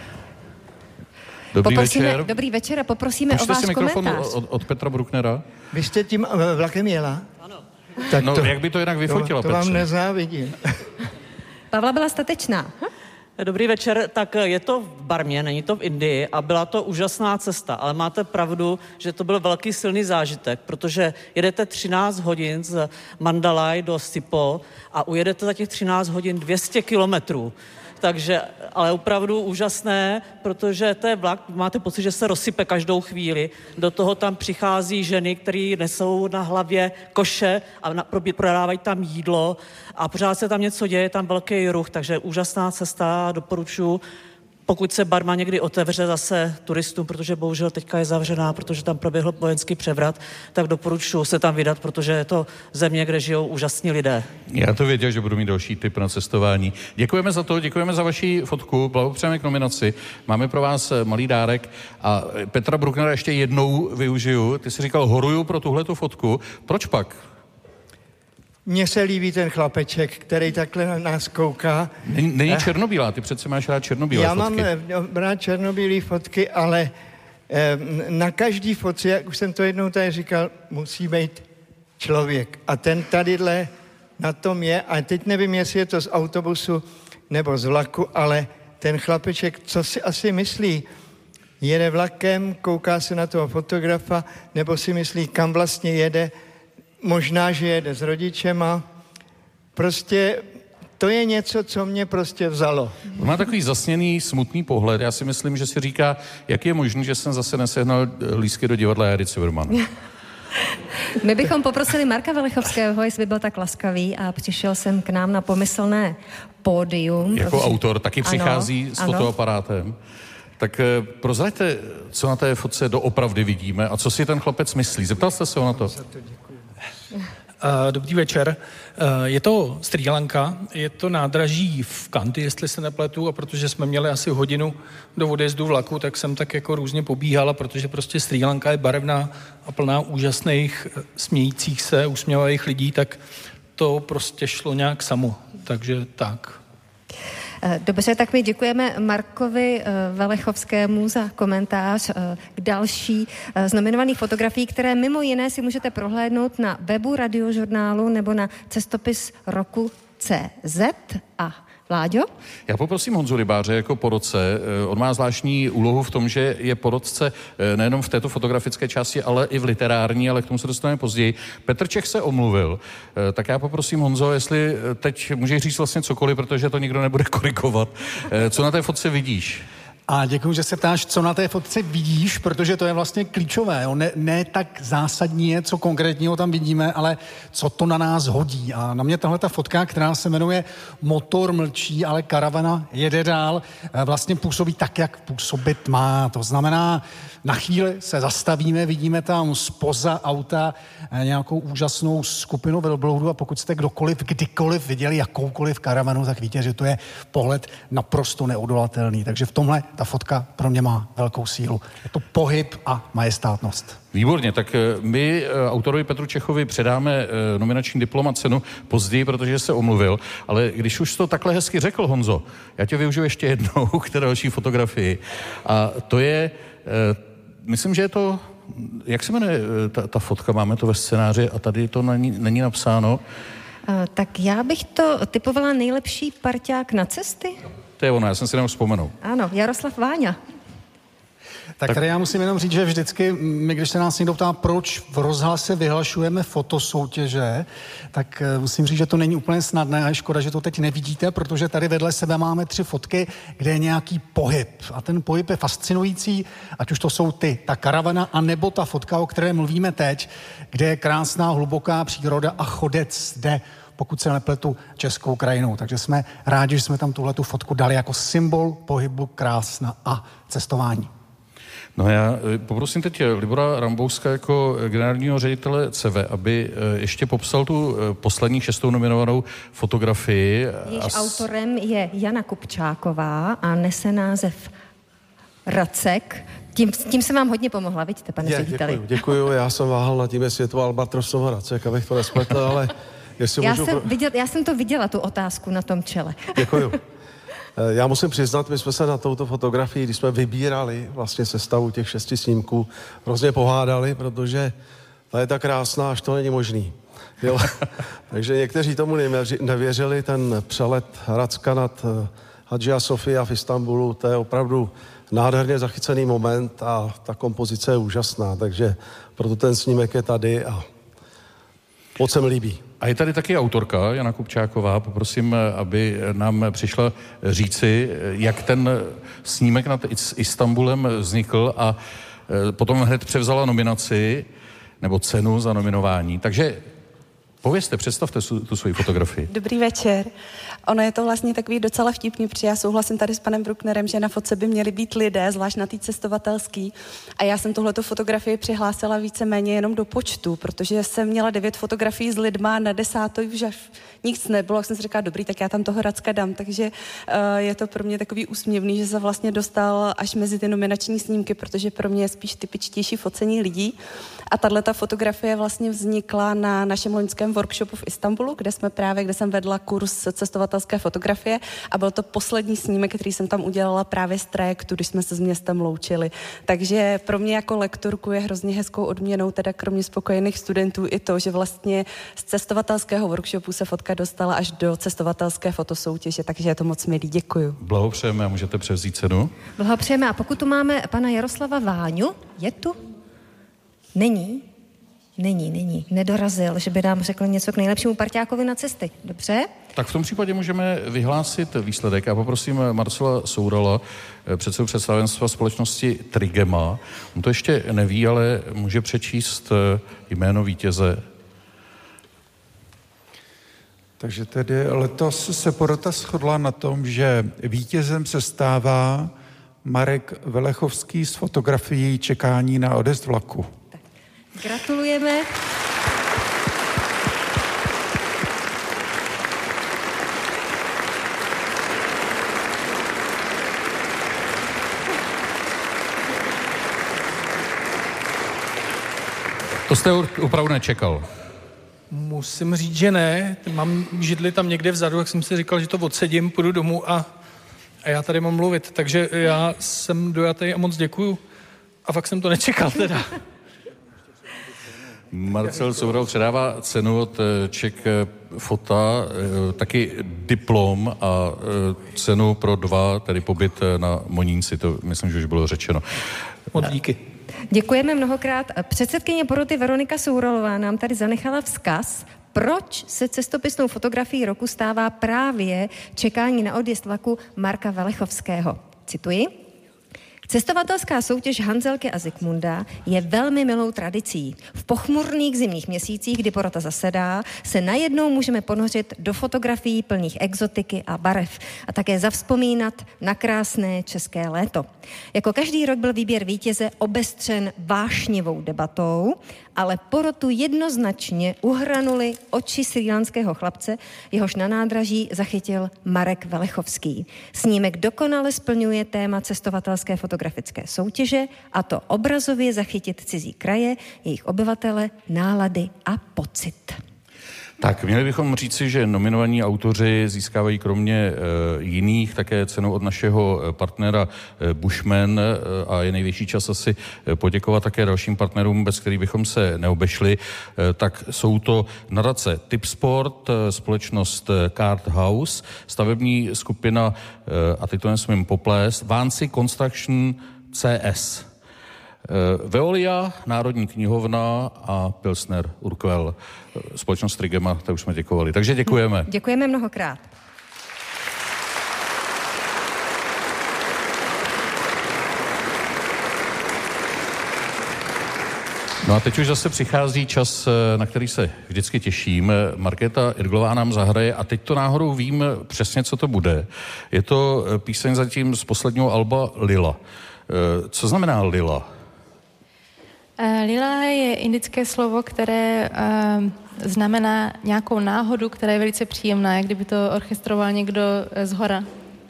[SPEAKER 1] Dobrý večer.
[SPEAKER 2] Dobrý večer a poprosíme
[SPEAKER 1] Pušte
[SPEAKER 2] o váš
[SPEAKER 1] si mikrofon
[SPEAKER 2] komentář.
[SPEAKER 1] od Petra Brucknera.
[SPEAKER 15] Vy jste tím vlakem jela?
[SPEAKER 1] Ano. Tak no, jak by to jinak vyfotila,
[SPEAKER 15] To
[SPEAKER 1] Petře?
[SPEAKER 15] vám nezávidím.
[SPEAKER 2] Pavla byla statečná.
[SPEAKER 17] Dobrý večer, tak je to v Barmě, není to v Indii a byla to úžasná cesta, ale máte pravdu, že to byl velký silný zážitek, protože jedete 13 hodin z Mandalay do Sipo a ujedete za těch 13 hodin 200 kilometrů. Takže, ale opravdu úžasné, protože to je vlak, máte pocit, že se rozsype každou chvíli. Do toho tam přichází ženy, které nesou na hlavě koše a prodávají tam jídlo a pořád se tam něco děje, tam velký ruch, takže úžasná cesta, doporučuji. Pokud se Barma někdy otevře zase turistům, protože bohužel teďka je zavřená, protože tam proběhl vojenský převrat, tak doporučuji se tam vydat, protože je to země, kde žijou úžasní lidé.
[SPEAKER 1] Já to věděl, že budu mít další tip na cestování. Děkujeme za to, děkujeme za vaši fotku, blahopřejeme k nominaci. Máme pro vás malý dárek a Petra Brucknera ještě jednou využiju. Ty jsi říkal, horuju pro tuhletu fotku. Proč pak?
[SPEAKER 15] Mně se líbí ten chlapeček, který takhle na nás kouká.
[SPEAKER 1] Není černobílá, ty přece máš rád černobílé fotky.
[SPEAKER 15] Já mám rád černobílé fotky, ale na každý fotce, jak už jsem to jednou tady říkal, musí být člověk. A ten tadyhle na tom je, a teď nevím, jestli je to z autobusu nebo z vlaku, ale ten chlapeček, co si asi myslí, jede vlakem, kouká se na toho fotografa, nebo si myslí, kam vlastně jede, možná, že jede s rodičema. Prostě to je něco, co mě prostě vzalo.
[SPEAKER 1] On má takový zasněný, smutný pohled. Já si myslím, že si říká, jak je možné, že jsem zase nesehnal lístky do divadla Jary Civrman.
[SPEAKER 2] My bychom poprosili Marka Velechovského, jestli by byl tak laskavý a přišel jsem k nám na pomyslné pódium.
[SPEAKER 1] Jako
[SPEAKER 2] protože...
[SPEAKER 1] autor taky přichází s fotoaparátem. Tak prozraďte, co na té fotce doopravdy vidíme a co si ten chlapec myslí. Zeptal jste se ho na to?
[SPEAKER 18] Dobrý večer. Je to Srí Lanka, je to nádraží v Kandy, jestli se nepletu, a protože jsme měli asi hodinu do odjezdu vlaku, tak jsem tak jako různě pobíhala, protože prostě Srí Lanka je barevná a plná úžasných, smějících se, usměvavých lidí, tak to prostě šlo nějak samo. Takže tak.
[SPEAKER 2] Dobře, tak my děkujeme Markovi Velechovskému za komentář k další z nominovaných fotografií, které mimo jiné si můžete prohlédnout na webu Radiožurnálu nebo na cestopis roku.cz. A Vláďo?
[SPEAKER 1] Já poprosím Honzu Rybáře jako porotce. On má zvláštní úlohu v tom, že je porotce nejenom v této fotografické části, ale i v literární, ale k tomu se dostaneme později. Petr Čech se omluvil, tak já poprosím Honzo, jestli teď můžeš říct vlastně cokoliv, protože to nikdo nebude korigovat. Co na té fotce vidíš?
[SPEAKER 19] A děkuji, že se ptáš, co na té fotce vidíš, protože to je vlastně klíčové. Jo? Ne tak zásadní je, co konkrétního tam vidíme, ale co to na nás hodí. A na mě tahle ta fotka, která se jmenuje Motor mlčí, ale karavana jede dál, vlastně působí tak, jak působit má. To znamená, na chvíli se zastavíme, vidíme tam zpoza auta nějakou úžasnou skupinu velbloudů a pokud jste kdokoliv, kdykoliv viděli jakoukoliv karavanu, tak víte, že to je pohled naprosto neodolatelný. Takže v tomhle ta fotka pro mě má velkou sílu. Je to pohyb a majestátnost.
[SPEAKER 1] Výborně, tak my autorovi Petru Čechovi předáme nominační diplom a cenu později, protože se omluvil, ale když už to takhle hezky řekl, Honzo, já tě využiju ještě jednou k té další fotografii a to je, myslím, že je to, jak se jmenuje ta fotka, máme to ve scénáři a tady to není napsáno.
[SPEAKER 2] Tak já bych to typovala nejlepší parťák na cesty.
[SPEAKER 1] To je ono, já jsem si jenom vzpomenul.
[SPEAKER 2] Ano, Jaroslav Váňa.
[SPEAKER 19] Tak tady já musím jenom říct, že vždycky, my, když se nás někdo ptá, proč v rozhlase vyhlašujeme fotosoutěže, tak musím říct, že to není úplně snadné a je škoda, že to teď nevidíte, protože tady vedle sebe máme 3 fotky, kde je nějaký pohyb. A ten pohyb je fascinující, ať už to jsou ta karavana, anebo ta fotka, o které mluvíme teď, kde je krásná, hluboká příroda a chodec jde, pokud se nepletu, českou krajinou. Takže jsme rádi, že jsme tam tuhletu fotku dali jako symbol pohybu, krásna a cestování.
[SPEAKER 1] No já poprosím teď Libora Rambouska jako generálního ředitele CEVE, aby ještě popsal tu poslední 6. nominovanou fotografii.
[SPEAKER 2] Jejíž autorem je Jana Kupčáková a nese název Racek. Tím jsem vám hodně pomohla, vidíte, pane řediteli.
[SPEAKER 20] Děkuju, já jsem váhal nad tím, jestli je to Albatrosova Racek, abych to nespletl, ale jestli
[SPEAKER 2] já jsem to viděla, tu otázku na tom čele.
[SPEAKER 20] Děkuju. Já musím přiznat, my jsme se na touto fotografii, když jsme vybírali vlastně sestavu těch 6 snímků, hrozně pohádali, protože ta je tak krásná, až to není možný. Jo? Takže někteří tomu nevěřili, ten přelet Racka nad Hadžia Sofia v Istanbulu, to je opravdu nádherně zachycený moment a ta kompozice je úžasná, takže proto ten snímek je tady a moc se mi líbí.
[SPEAKER 1] A je tady taky autorka Jana Kupčáková, poprosím, aby nám přišla říci, jak ten snímek nad Istanbulem vznikl a potom hned převzala nominaci nebo cenu za nominování. Takže povězte, představte tu svoji fotografii.
[SPEAKER 21] Dobrý večer. Ono je to vlastně takový docela vtipný, protože já souhlasím tady s panem Brucknerem, že na fotce by měli být lidé, zvlášť na té cestovatelský. A já jsem tuhletu fotografii přihlásila víceméně jenom do počtu, protože jsem měla 9 fotografií s lidma, na 10. už nic nebylo, jak jsem si říkala, dobrý, tak já tam toho Racka dám. Takže je to pro mě takový úsměvný, že se vlastně dostal až mezi ty nominační snímky, protože pro mě je spíš typičtější focení lidí. A tato fotografie vlastně vznikla na našem loňském workshopu v Istanbulu, kde jsem vedla kurz cestovatelské fotografie a byl to poslední snímek, který jsem tam udělala právě z trajektu, když jsme se s městem loučili. Takže pro mě jako lektorku je hrozně hezkou odměnou, teda kromě spokojených studentů i to, že vlastně z cestovatelského workshopu se fotka dostala až do cestovatelské fotosoutěže, takže je to moc milý. Děkuju.
[SPEAKER 1] Blahopřejeme a můžete převzít cenu.
[SPEAKER 2] Blahopřejeme a pokud tu máme pana Jaroslava Váňu, je tu? Není. Nedorazil, že by nám řekl něco k nejlepšímu parťákovi na cesty. Dobře?
[SPEAKER 1] Tak v tom případě můžeme vyhlásit výsledek. Já poprosím Marcela Sourala, předsedu představenstva společnosti Trigema. On to ještě neví, ale může přečíst jméno vítěze.
[SPEAKER 22] Takže tedy letos se porota shodla na tom, že vítězem se stává Marek Velechovský s fotografií Čekání na odjezd vlaku.
[SPEAKER 2] Gratulujeme.
[SPEAKER 1] To jste opravdu nečekal.
[SPEAKER 18] Musím říct, že ne. Mám židli tam někde vzadu, jak jsem si říkal, že to odsedím, půjdu domů a já tady mám mluvit. Takže já jsem dojatý a moc děkuju. A fakt jsem to nečekal teda.
[SPEAKER 1] Marcel Soural předává cenu od Czech Fota, taky diplom a cenu pro 2, tedy pobyt na Monínci, to myslím, že už bylo řečeno.
[SPEAKER 18] Moc díky.
[SPEAKER 2] Děkujeme mnohokrát. Předsedkyně poroty Veronika Souralová nám tady zanechala vzkaz, proč se cestopisnou fotografií roku stává právě Čekání na odjezd vlaku Marka Velechovského. Cituji. Cestovatelská soutěž Hanzelky a Zikmunda je velmi milou tradicí. V pochmurných zimních měsících, kdy porota zasedá, se najednou můžeme ponořit do fotografií plných exotiky a barev a také zavzpomínat na krásné české léto. Jako každý rok byl výběr vítěze obestřen vášnivou debatou, ale porotu jednoznačně uhranuli oči srílanského chlapce, jehož na nádraží zachytil Marek Velechovský. Snímek dokonale splňuje téma cestovatelské fotografické soutěže, a to obrazově zachytit cizí kraje, jejich obyvatele, nálady a pocit.
[SPEAKER 1] Tak, měli bychom říci, že nominovaní autoři získávají kromě jiných také cenu od našeho partnera Bushman a je nejvyšší čas asi poděkovat také dalším partnerům, bez kterých bychom se neobešli. Tak jsou to nadace Tipsport, společnost Card House, stavební skupina, a teď to nesmím poplést, Vancy Construction CS. Veolia, Národní knihovna a Pilsner Urquell. Společnost Trigema, to už jsme děkovali. Takže děkujeme.
[SPEAKER 2] Děkujeme mnohokrát.
[SPEAKER 1] No a teď už zase přichází čas, na který se vždycky těším. Markéta Irglová nám zahraje a teď to náhodou vím přesně, co to bude. Je to píseň zatím z posledního alba Lila. Co znamená lila?
[SPEAKER 14] Lila je indické slovo, které znamená nějakou náhodu, která je velice příjemná, jak kdyby to orchestroval někdo z hora.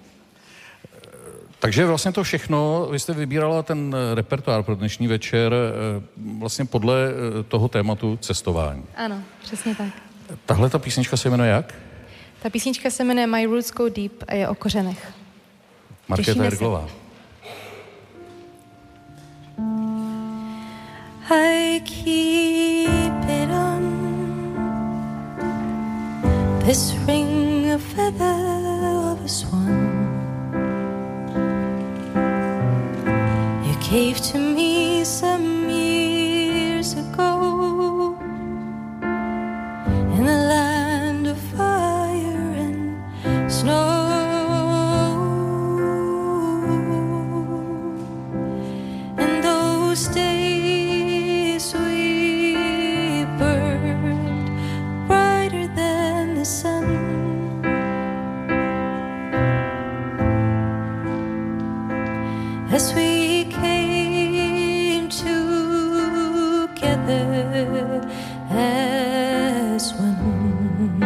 [SPEAKER 1] Takže vlastně to všechno, vy jste vybírala ten repertoár pro dnešní večer vlastně podle toho tématu cestování.
[SPEAKER 14] Ano, přesně tak.
[SPEAKER 1] Tahle ta písnička se jmenuje jak?
[SPEAKER 14] Ta písnička se jmenuje My Roots Go Deep a je o kořenech.
[SPEAKER 1] Markéta Jerglová.
[SPEAKER 3] I keep it on this ring of feather of a swan. You gave to me some years ago in the land of fire and snow. And those days we burned brighter than the sun. As we came together as one.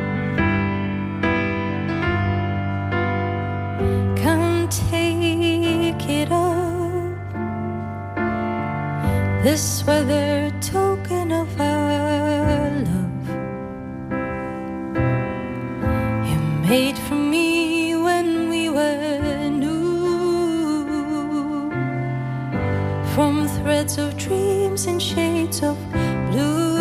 [SPEAKER 3] Come take it up, this weather token of our love. You made for me when we were new, from threads of dreams and shades of blue.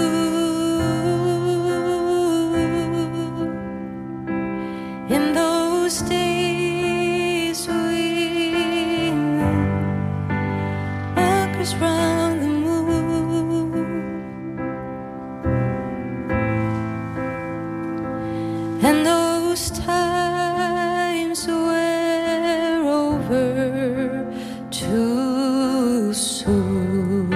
[SPEAKER 3] In those days we walkers round the moon, and those times were over too soon.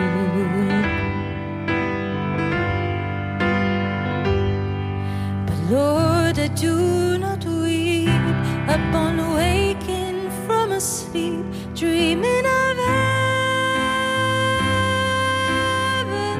[SPEAKER 3] But Lord, I do not weep upon waking from a sleep, dreaming of heaven.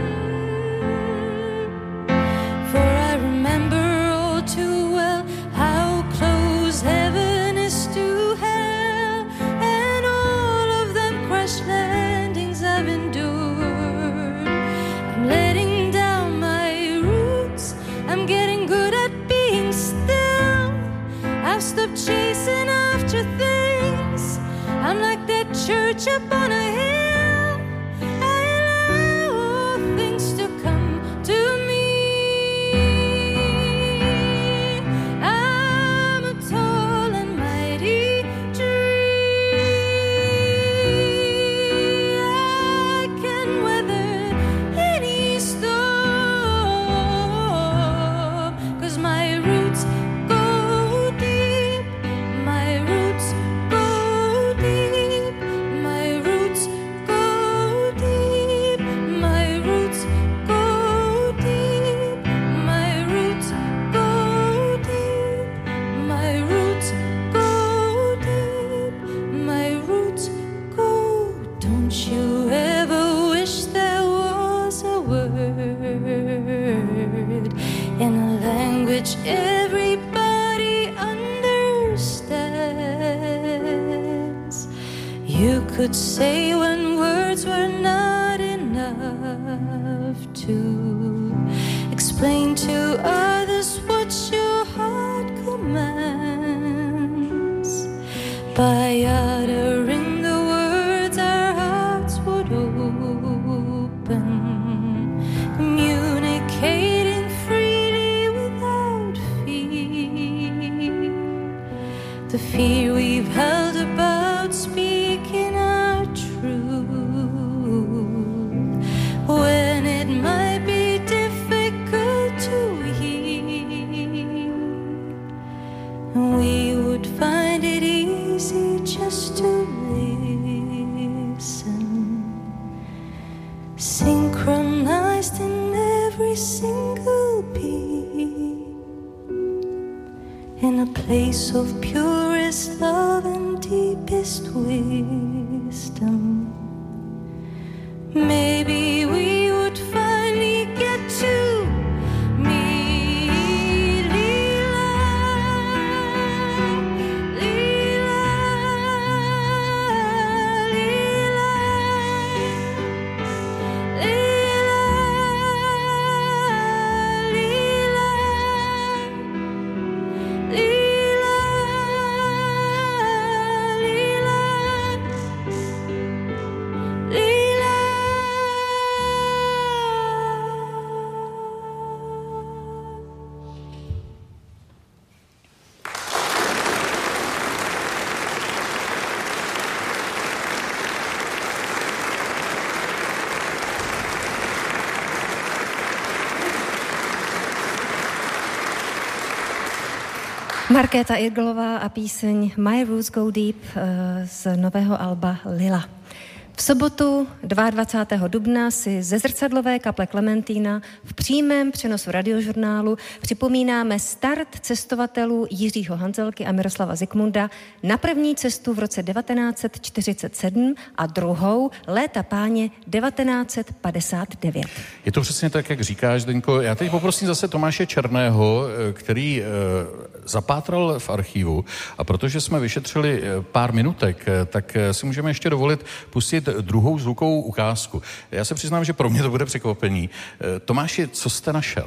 [SPEAKER 3] For I remember all too well how close heaven is to hell, and all of them crash landings I've endured. I'm letting down my roots, I'm getting good at being still. I've stopped chasing after things, I'm like that church up on a hill. I allow all things to come to me. I'm a tall and mighty tree. I can weather any storm, 'cause my roots go deep, my roots go deep, my roots go deep, my roots go deep, my roots go deep, my roots go deep, my roots go. Don't you ever wish there was a word in a language everybody understands? You could say when words were not enough to explain to others what your heart commands. By uttering the words our hearts would open, communicating freely without fear. The fear we've held about speaking our truth, when it might be difficult to hear. We would find it easy just to listen, synchronized in every single beat, in a place of purest love and deepest wisdom. wisdom. Maybe we would finally get to meet Leela, Leela, Leela, Leela,
[SPEAKER 2] Markéta Irglová a píseň My Roots Go Deep z nového alba Lila. V sobotu 22. dubna si ze zrcadlové kaple Klementína v přímém přenosu Radiožurnálu připomínáme start cestovatelů Jiřího Hanzelky a Miroslava Zikmunda na první cestu v roce 1947 a druhou léta páně 1959.
[SPEAKER 1] Je to přesně tak, jak říkáš, Zdeňko. Já teď poprosím zase Tomáše Černého, který zapátral v archivu, a protože jsme vyšetřili pár minutek, tak si můžeme ještě dovolit pustit druhou zvukovou ukázku. Já se přiznám, že pro mě to bude překvapení. Tomáši, co jste našel?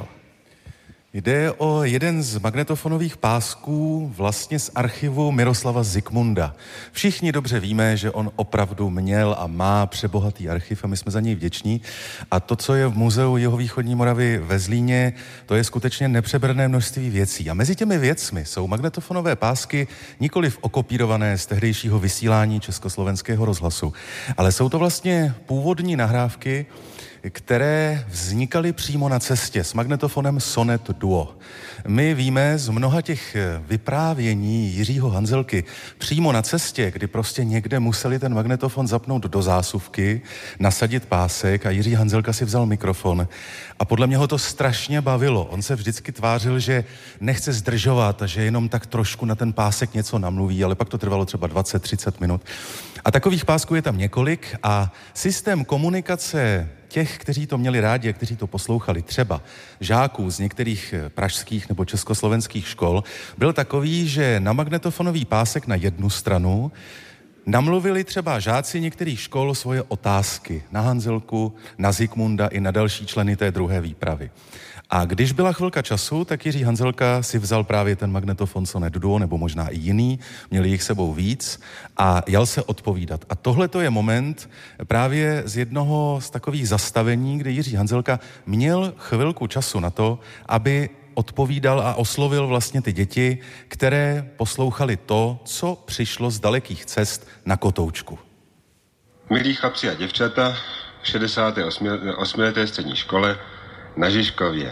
[SPEAKER 12] Jde o jeden z magnetofonových pásků vlastně z archivu Miroslava Zikmunda. Všichni dobře víme, že on opravdu měl a má přebohatý archiv a my jsme za něj vděční. A to, co je v muzeu Jihovýchodní Moravy ve Zlíně, to je skutečně nepřeberné množství věcí. A mezi těmi věcmi jsou magnetofonové pásky nikoliv okopírované z tehdejšího vysílání Československého rozhlasu, ale jsou to vlastně původní nahrávky, které vznikaly přímo na cestě s magnetofonem Sonet Duo. My víme z mnoha těch vyprávění Jiřího Hanzelky přímo na cestě, kdy prostě někde museli ten magnetofon zapnout do zásuvky, nasadit pásek a Jiří Hanzelka si vzal mikrofon. A podle mě ho to strašně bavilo. On se vždycky tvářil, že nechce zdržovat a že jenom tak trošku na ten pásek něco namluví, ale pak to trvalo třeba 20-30 minut. A takových pásků je tam několik a systém komunikace těch, kteří to měli rádi a kteří to poslouchali, třeba žáků z některých pražských nebo československých škol, byl takový, že na magnetofonový pásek na jednu stranu namluvili třeba žáci některých škol svoje otázky na Hanzelku, na Zikmunda i na další členy té druhé výpravy. A když byla chvilka času, tak Jiří Hanzelka si vzal právě ten magnetofon Sonet Duo, nebo možná i jiný, měli jich sebou víc a jel se odpovídat. A tohle to je moment právě z jednoho z takových zastavení, kde Jiří Hanzelka měl chvilku času na to, aby odpovídal a oslovil vlastně ty děti, které poslouchali to, co přišlo z dalekých cest na Kotoučku.
[SPEAKER 11] Milí chlapci a děvčata, v 68. střední škole na Žižkově.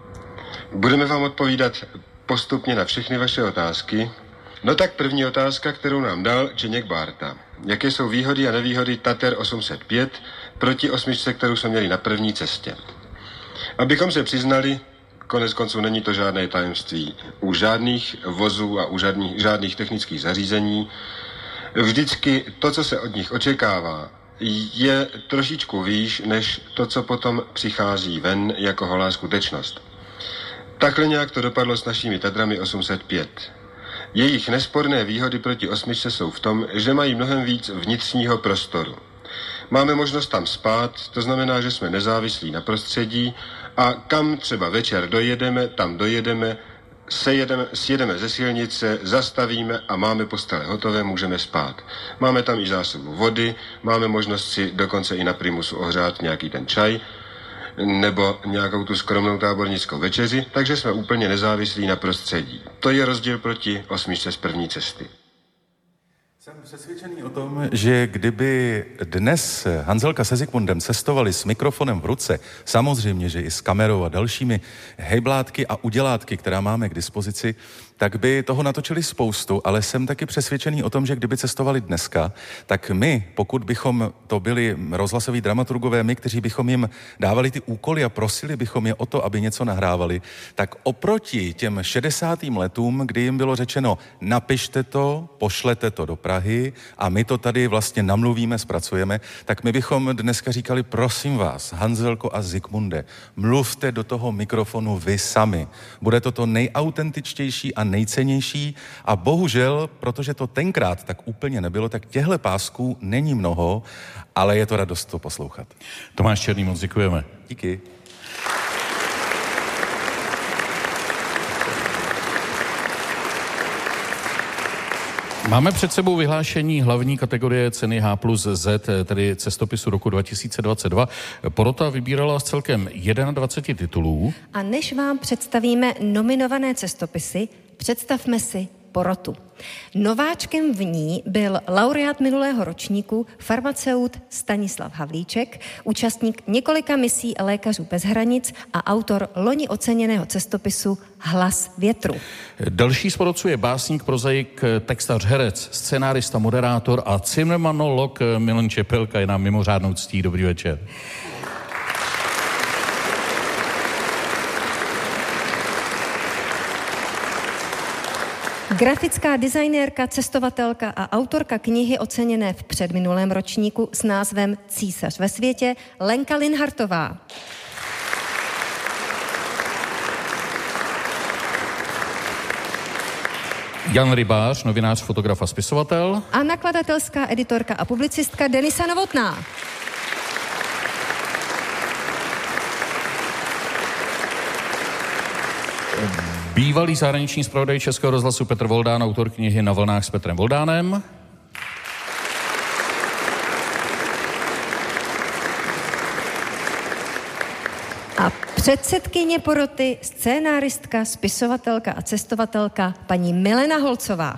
[SPEAKER 11] Budeme vám odpovídat postupně na všechny vaše otázky. No tak první otázka, kterou nám dal Čeněk Bárta. Jaké jsou výhody a nevýhody Tater 805 proti 8, kterou jsme měli na první cestě? Abychom se přiznali, konec konců není to žádné tajemství. U žádných vozů a u žádných technických zařízení vždycky to, co se od nich očekává, je trošičku výš, než to, co potom přichází ven jako holá skutečnost. Takhle nějak to dopadlo s našimi Tatrami 805. Jejich nesporné výhody proti 8 jsou v tom, že mají mnohem víc vnitřního prostoru. Máme možnost tam spát, to znamená, že jsme nezávislí na prostředí a kam třeba večer dojedeme, tam dojedeme, sjedeme ze silnice, zastavíme a máme postele hotové, můžeme spát. Máme tam i zásobu vody, máme možnost si dokonce i na primusu ohřát nějaký ten čaj nebo nějakou tu skromnou tábornickou večeři, takže jsme úplně nezávislí na prostředí. To je rozdíl proti 8 z první cesty.
[SPEAKER 12] Jsem přesvědčený o tom, že kdyby dnes Hanzelka se Zikmundem cestovali s mikrofonem v ruce, samozřejmě, že i s kamerou a dalšími hejblátky a udělátky, která máme k dispozici, tak by toho natočili spoustu, ale jsem taky přesvědčený o tom, že kdyby cestovali dneska, tak my, pokud bychom to byli rozhlasoví dramaturgové, my, kteří bychom jim dávali ty úkoly a prosili bychom je o to, aby něco nahrávali, tak oproti těm 60. letům, kdy jim bylo řečeno, napište to, pošlete to do Prahy, Prahy a my to tady vlastně namluvíme, zpracujeme, tak my bychom dneska říkali, prosím vás, Hanzelko a Zikmunde, mluvte do toho mikrofonu vy sami. Bude to nejautentičtější a nejcennější a bohužel, protože to tenkrát tak úplně nebylo, tak těchto pásků není mnoho, ale je to radost to poslouchat.
[SPEAKER 1] Tomáš Černý, moc děkujeme.
[SPEAKER 12] Díky.
[SPEAKER 1] Máme před sebou vyhlášení hlavní kategorie ceny H+Z, tedy cestopisu roku 2022. Porota vybírala z celkem 21 titulů.
[SPEAKER 2] A než vám představíme nominované cestopisy, představme si porotu. Nováčkem v ní byl laureát minulého ročníku, farmaceut Stanislav Havlíček, účastník několika misí Lékařů bez hranic a autor loni oceněného cestopisu Hlas větru.
[SPEAKER 1] Další z porotců je básník, prozaik, textař, herec, scenárista, moderátor a cinemanolog Milan Čepelka. Je nám mimořádnou ctí. Dobrý večer.
[SPEAKER 2] Grafická designérka, cestovatelka a autorka knihy oceněné v předminulém ročníku s názvem Císař ve světě, Lenka Linhartová.
[SPEAKER 1] Jan Rybář, novinář, fotograf a spisovatel.
[SPEAKER 2] A nakladatelská editorka a publicistka Denisa Novotná.
[SPEAKER 1] Bývalý zahraniční zpravodaj Českého rozhlasu Petr Voldán, autor knihy Na vlnách s Petrem Voldánem.
[SPEAKER 2] A předsedkyně poroty, scénáristka, spisovatelka a cestovatelka paní Milena Holcová.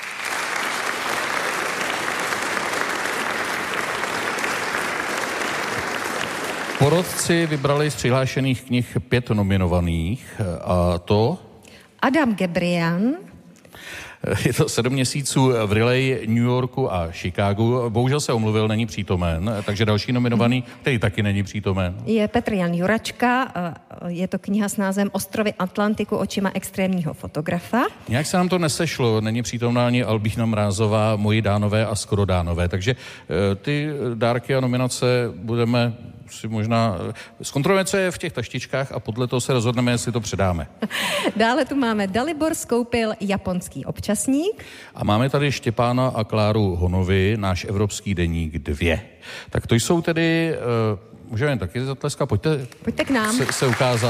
[SPEAKER 1] Porotci vybrali z přihlášených knih 5 nominovaných a to...
[SPEAKER 2] Adam Gebrian.
[SPEAKER 1] Je to 7 měsíců v Relay, New Yorku a Chicagu. Bohužel se omluvil, není přítomen, takže další nominovaný, který taky není přítomen.
[SPEAKER 2] Je Petr Jan Juračka, je to kniha s názvem Ostrovy Atlantiku očima extrémního fotografa.
[SPEAKER 1] Nějak se nám to nesešlo, není přítomná ani Albína Mrázová, Moji Dánové a Skoro Dánové, takže ty dárky a nominace budeme si možná zkontrolujeme, co je v těch taštičkách a podle toho se rozhodneme, jestli to předáme.
[SPEAKER 2] Dále tu máme Dalibor Skoupil, japonský občasník.
[SPEAKER 1] A máme tady Štěpána a Kláru Honovi, náš evropský deník 2. Tak to jsou tedy, můžeme taky zatleskat,
[SPEAKER 2] Pojďte k nám.
[SPEAKER 1] Se ukázat.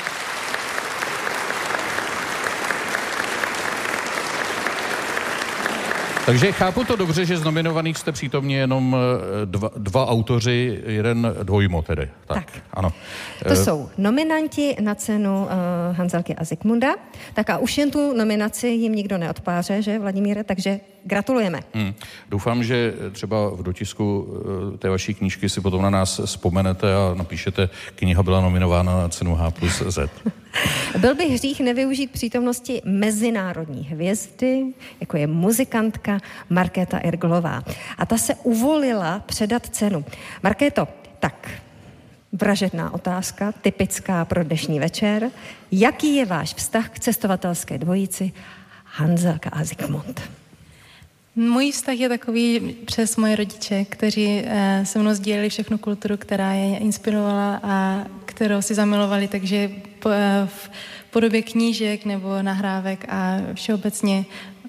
[SPEAKER 1] Takže chápu to dobře, že z nominovaných jste přítomní jenom dva autoři, jeden dvojmo tedy. Tak. Ano.
[SPEAKER 2] To jsou nominanti na cenu Hanzelky a Zikmunda. Tak a už jen tu nominaci jim nikdo neodpáře, že Vladimíre, takže gratulujeme.
[SPEAKER 1] Doufám, že třeba v dotisku té vaší knížky si potom na nás vzpomenete a napíšete, kniha byla nominována na cenu H+Z.
[SPEAKER 2] Byl by hřích nevyužít přítomnosti mezinárodní hvězdy, jako je muzikantka Markéta Irglová. A ta se uvolila předat cenu. Markéto, tak, vražedná otázka, typická pro dnešní večer. Jaký je váš vztah k cestovatelské dvojici Hanzelka a Zikmund?
[SPEAKER 14] Můj vztah je takový přes moje rodiče, kteří se mnou sdíleli všechnu kulturu, která je inspirovala a kterou si zamilovali, takže v podobě knížek nebo nahrávek a všeobecně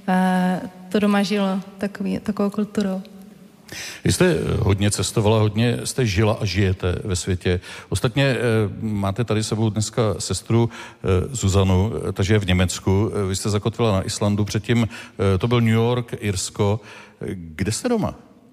[SPEAKER 14] to doma žilo takovou kulturou.
[SPEAKER 1] Vy jste hodně cestovala, hodně jste žila a žijete ve světě. Ostatně máte tady sebou dneska sestru Zuzanu, takže je v Německu. Vy jste zakotvila na Islandu, předtím to byl New York, Irsko. Kde jste doma?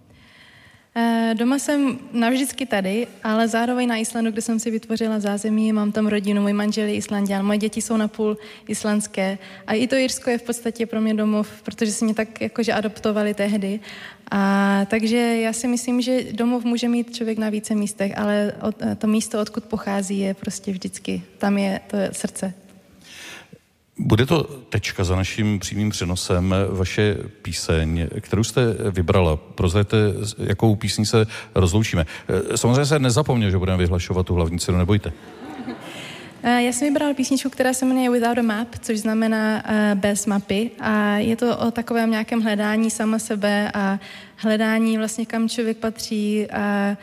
[SPEAKER 14] Doma jsem navždycky tady, ale zároveň na Islandu, kde jsem si vytvořila zázemí, mám tam rodinu, můj manžel je Islanďan, moje děti jsou napůl islandské a i to Irsko je v podstatě pro mě domov, protože si mě tak jakože adoptovali tehdy. A takže já si myslím, že domov může mít člověk na více místech, ale to místo, odkud pochází, je prostě vždycky, tam je to srdce.
[SPEAKER 1] Bude to tečka za naším přímým přenosem, vaše píseň, kterou jste vybrala. Prozraďte, jakou písní se rozloučíme. Samozřejmě se nezapomněl, že budeme vyhlašovat tu hlavní cenu, nebojte.
[SPEAKER 14] Já jsem vybrala písničku, která se jmenuje Without a Map, což znamená bez mapy. A je to o takovém nějakém hledání sama sebe a hledání vlastně, kam člověk patří a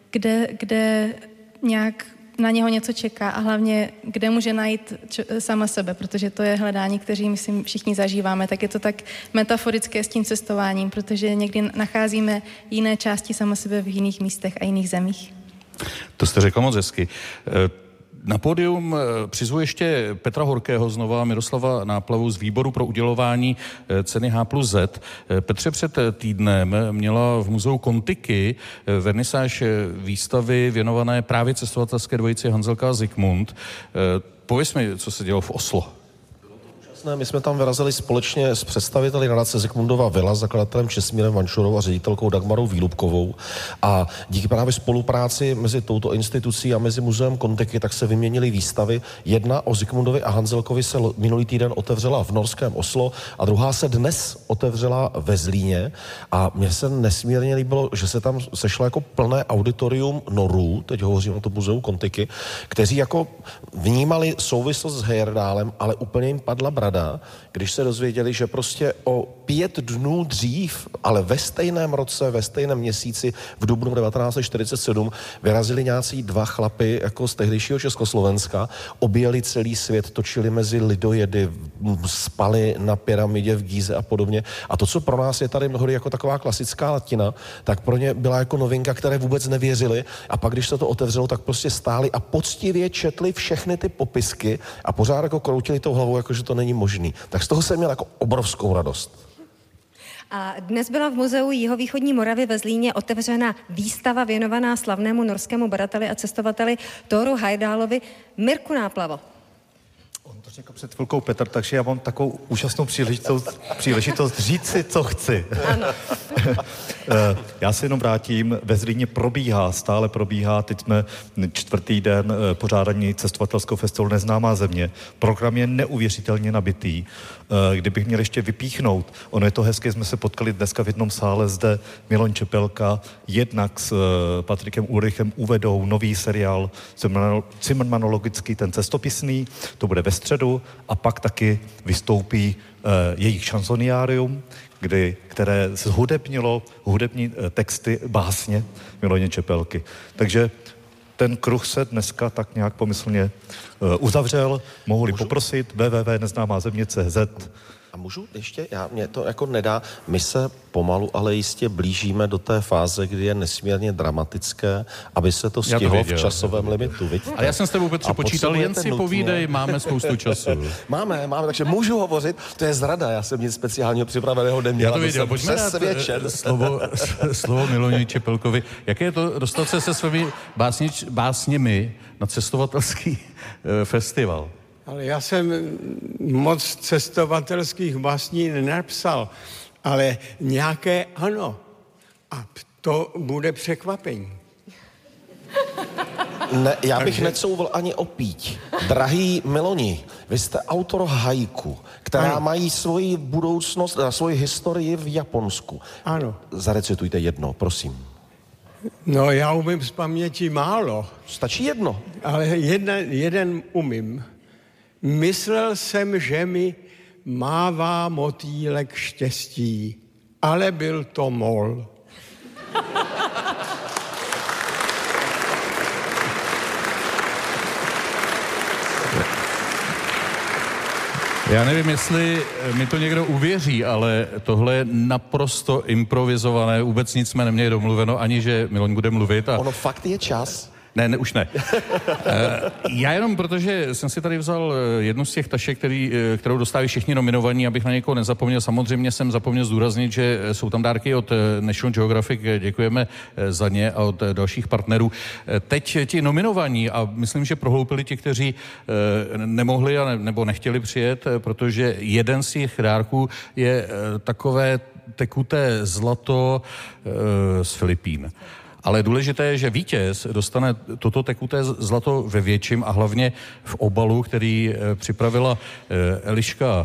[SPEAKER 14] kde nějak na něho něco čeká a hlavně, kde může najít sama sebe, protože to je hledání, který, myslím, všichni zažíváme. Tak je to tak metaforické s tím cestováním, protože někdy nacházíme jiné části sama sebe v jiných místech a jiných zemích.
[SPEAKER 1] To jste řekla moc hezky. Na pódium přizvu ještě Petra Horkého znova, Miroslava Náplavu z výboru pro udělování ceny H+Z. Petře, před týdnem měla v muzeu Kontiky vernisáž výstavy věnované právě cestovatelské dvojici Hanzelka a Zikmund. Pověz mi, co se dělo v Oslo.
[SPEAKER 4] My jsme tam vyrazili společně s představiteli nadace Zikmundova Vila, zakladatelem Česmírem Vančurou a ředitelkou Dagmarou Výlubkovou. A díky právě spolupráci mezi touto institucí a mezi muzeem Kontiky tak se vyměnily výstavy. Jedna o Zikmundovi a Hanzelkovi se minulý týden otevřela v norském Oslo a druhá se dnes otevřela ve Zlíně. A mně se nesmírně líbilo, že se tam sešlo jako plné auditorium Norů, teď hovořím o tom muzeu Kontiky, kteří jako vnímali souvislost s Heyerdálem, ale úplně jim padla brada, když se dozvěděli, že prostě o 5 dnů dřív, ale ve stejném roce, ve stejném měsíci, v dubnu 1947, vyrazili nějací dva chlapy jako z tehdejšího Československa, objeli celý svět, točili mezi lidojedy, spali na pyramidě v Gíze a podobně. A to, co pro nás je tady mnohdy jako taková klasická latina, tak pro ně byla jako novinka, které vůbec nevěřili. A pak, když se to otevřelo, tak prostě stáli a poctivě četli všechny ty popisky a pořád jako kroutili tou hlavou, jako že to není možný. Tak z toho jsem měl jako obrovskou radost.
[SPEAKER 2] A dnes byla v muzeu Jihovýchodní Moravy ve Zlíně otevřena výstava věnovaná slavnému norskému badateli a cestovateli Thoru Heyerdálovi. Mirku Náplavo.
[SPEAKER 7] On to řekl před chvilkou Petr, takže já mám takovou úžasnou příležitost říct si, co chci.
[SPEAKER 2] Ano.
[SPEAKER 7] Já se jenom vrátím, ve Zlíně stále probíhá, teď jsme 4. den pořádání cestovatelského festivalu Neznámá země. Program je neuvěřitelně nabitý. Kdybych měl ještě vypíchnout, ono je to hezké, jsme se potkali dneska v jednom sále zde Miloň Čepelka, jednak s Patrikem Ulrichem uvedou nový seriál Cimrmanologický, ten cestopisný, to bude ve středu a pak taky vystoupí jejich šansoniárium, které zhudebnilo hudební texty básně Miloně Čepelky. Takže ten kruh se dneska tak nějak pomyslně uzavřel. Mohu-li poprosit www.neznámázemně.cz.
[SPEAKER 4] A můžu ještě, mě to jako nedá, my se pomalu, ale jistě blížíme do té fáze, kdy je nesmírně dramatické, aby se to stihlo v časovém limitu. Vidíte?
[SPEAKER 1] Ale já jsem s tebou, Petře, počítal, jen si povídej, máme spoustu času.
[SPEAKER 4] Máme, takže můžu hovořit, to je zrada, já jsem nic speciálního připraveného neměl.
[SPEAKER 1] Já to viděl, pojďme dát slovo Miloni Čepelkovi. Jaké je to dostat se svými básněmi na cestovatelský festival?
[SPEAKER 6] Ale já jsem moc cestovatelských básní nenapsal, ale nějaké ano. A to bude překvapení.
[SPEAKER 4] Ne, já bych necouvl ani opíť. Drahý Miloni, vy jste autor haiku, která mají svoji budoucnost, svoji historii v Japonsku.
[SPEAKER 6] Ano.
[SPEAKER 4] Zarecitujte jedno, prosím.
[SPEAKER 6] No, já umím z paměti málo.
[SPEAKER 4] Stačí jedno.
[SPEAKER 6] Ale jeden umím. Myslel jsem, že mi mává motýlek štěstí, ale byl to mol.
[SPEAKER 1] Já nevím, jestli mi to někdo uvěří, ale tohle je naprosto improvizované, vůbec nic jsme neměli domluveno, ani že Miloň bude mluvit.
[SPEAKER 4] Ono fakt je čas.
[SPEAKER 1] Ne, už ne. Já jenom, protože jsem si tady vzal jednu z těch tašek, kterou dostávají všichni nominovaní, abych na někoho nezapomněl. Samozřejmě jsem zapomněl zdůraznit, že jsou tam dárky od National Geographic, děkujeme za ně, a od dalších partnerů. Teď ti nominovaní, a myslím, že prohloupili ti, kteří nemohli nebo nechtěli přijet, protože jeden z těch dárků je takové tekuté zlato z Filipín. Ale důležité je, že vítěz dostane toto tekuté zlato ve větším a hlavně v obalu, který připravila Eliška.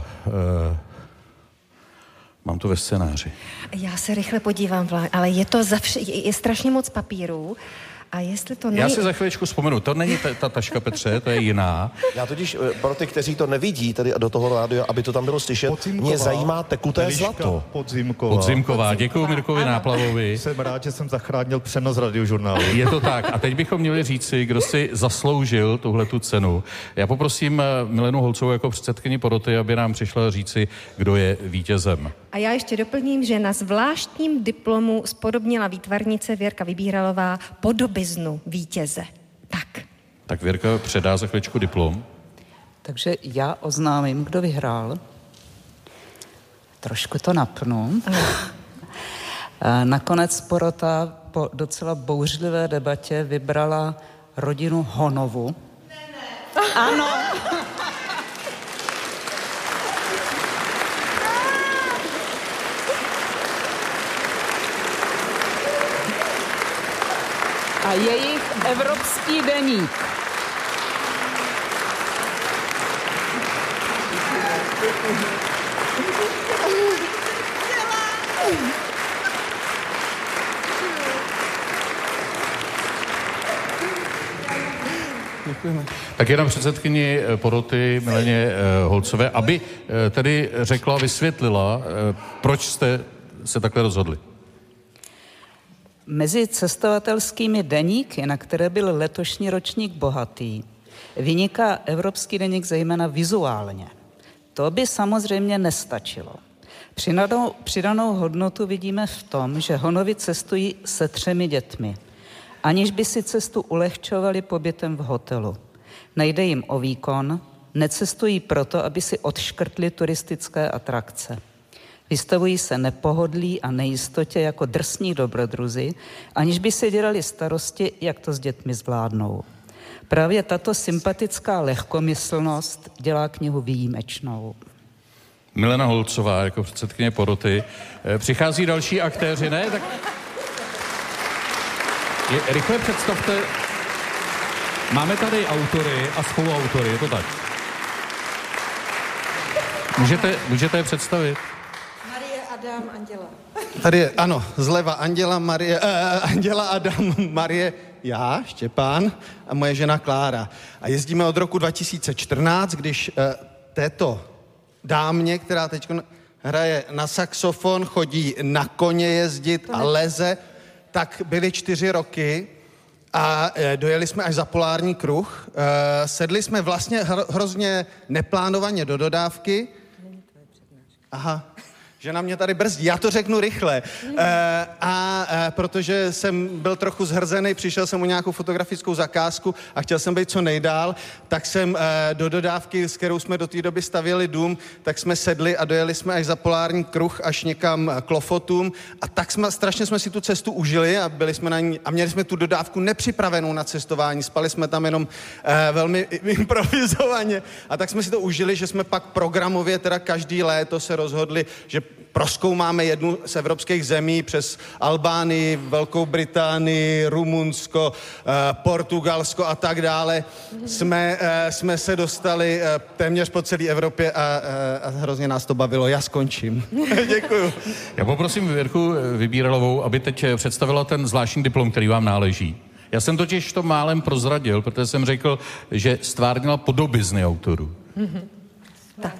[SPEAKER 1] Mám to ve scénáři.
[SPEAKER 2] Já se rychle podívám, ale je to je strašně moc papíru A jestli to
[SPEAKER 1] Já si za chvíličku vzpomenu, to není ta taška, Petře, to je jiná.
[SPEAKER 4] Já totiž, pro ty, kteří to nevidí, tedy do toho rádia, aby to tam bylo slyšet, mě zajímá tekuté zlato.
[SPEAKER 7] Podzimková.
[SPEAKER 1] Děkuji Mirkovi Náplavovi.
[SPEAKER 7] Jsem rád, že jsem zachránil přenos radiožurnálu.
[SPEAKER 1] Je to tak. A teď bychom měli říci, kdo si zasloužil tuhletu cenu. Já poprosím Milenu Holcovou jako předsedkyni poroty, aby nám přišla říci, kdo je vítězem.
[SPEAKER 2] A já ještě doplním, že na zvláštním diplomu spodobnila výtvarnice Věrka Vybíralová podobiznu vítěze.
[SPEAKER 1] Tak Věrka předá za chvíličku diplom.
[SPEAKER 8] Takže já oznámím, kdo vyhrál. Trošku to napnu. Nakonec porota po docela bouřlivé debatě vybrala rodinu Honovu. Ano. A jejich evropský deník.
[SPEAKER 1] Děkujeme. Tak jenom předsedkyni poroty Mileně Holcové, aby tedy řekla, vysvětlila, proč jste se takhle rozhodli.
[SPEAKER 8] Mezi cestovatelskými deníky, na které byl letošní ročník bohatý, vyniká evropský deník zejména vizuálně. To by samozřejmě nestačilo. Přidanou hodnotu vidíme v tom, že Honovi cestují se 3 dětmi, aniž by si cestu ulehčovali pobytem v hotelu. Nejde jim o výkon, necestují proto, aby si odškrtli turistické atrakce. Vystavují se nepohodlí a nejistotě jako drsní dobrodruzi, aniž by si dělali starosti, jak to s dětmi zvládnou. Právě tato sympatická lehkomyslnost dělá knihu výjimečnou.
[SPEAKER 1] Milena Holcová jako předsedkyně poroty. Přichází další aktéři, ne? Tak rychle představte. Máme tady autory a spoluautory, je to tak? Můžete je představit?
[SPEAKER 9] Marie, Adam, Anděla.
[SPEAKER 13] Tady je, ano, zleva Anděla, Adam, Marie, já, Štěpán a moje žena Klára. A jezdíme od roku 2014, když této dámě, která teď hraje na saxofon, chodí na koně jezdit a leze, tak byly 4 roky a dojeli jsme až za polární kruh. Sedli jsme vlastně hrozně neplánovaně do dodávky. Aha. Žena mě tady brzdí, já to řeknu rychle. Protože jsem byl trochu zhrzený, přišel jsem o nějakou fotografickou zakázku a chtěl jsem být co nejdál, tak jsem do dodávky, s kterou jsme do té doby stavěli dům, tak jsme sedli a dojeli jsme až za polární kruh, až někam k Lofotům a tak strašně jsme si tu cestu užili a byli jsme na ní a měli jsme tu dodávku nepřipravenou na cestování, spali jsme tam jenom velmi improvizovaně a tak jsme si to užili, že jsme pak programově teda každý léto se rozhodli, že prozkoumáme jednu z evropských zemí přes Albánii, Velkou Británii, Rumunsko, Portugalsko a tak dále. Jsme se dostali téměř po celé Evropě a hrozně nás to bavilo. Já skončím. Děkuju.
[SPEAKER 1] Já poprosím Věrku Vybíralovou, aby teď představila ten zvláštní diplom, který vám náleží. Já jsem totiž to málem prozradil, protože jsem řekl, že stvárnila podobizny autorů.
[SPEAKER 2] Tak.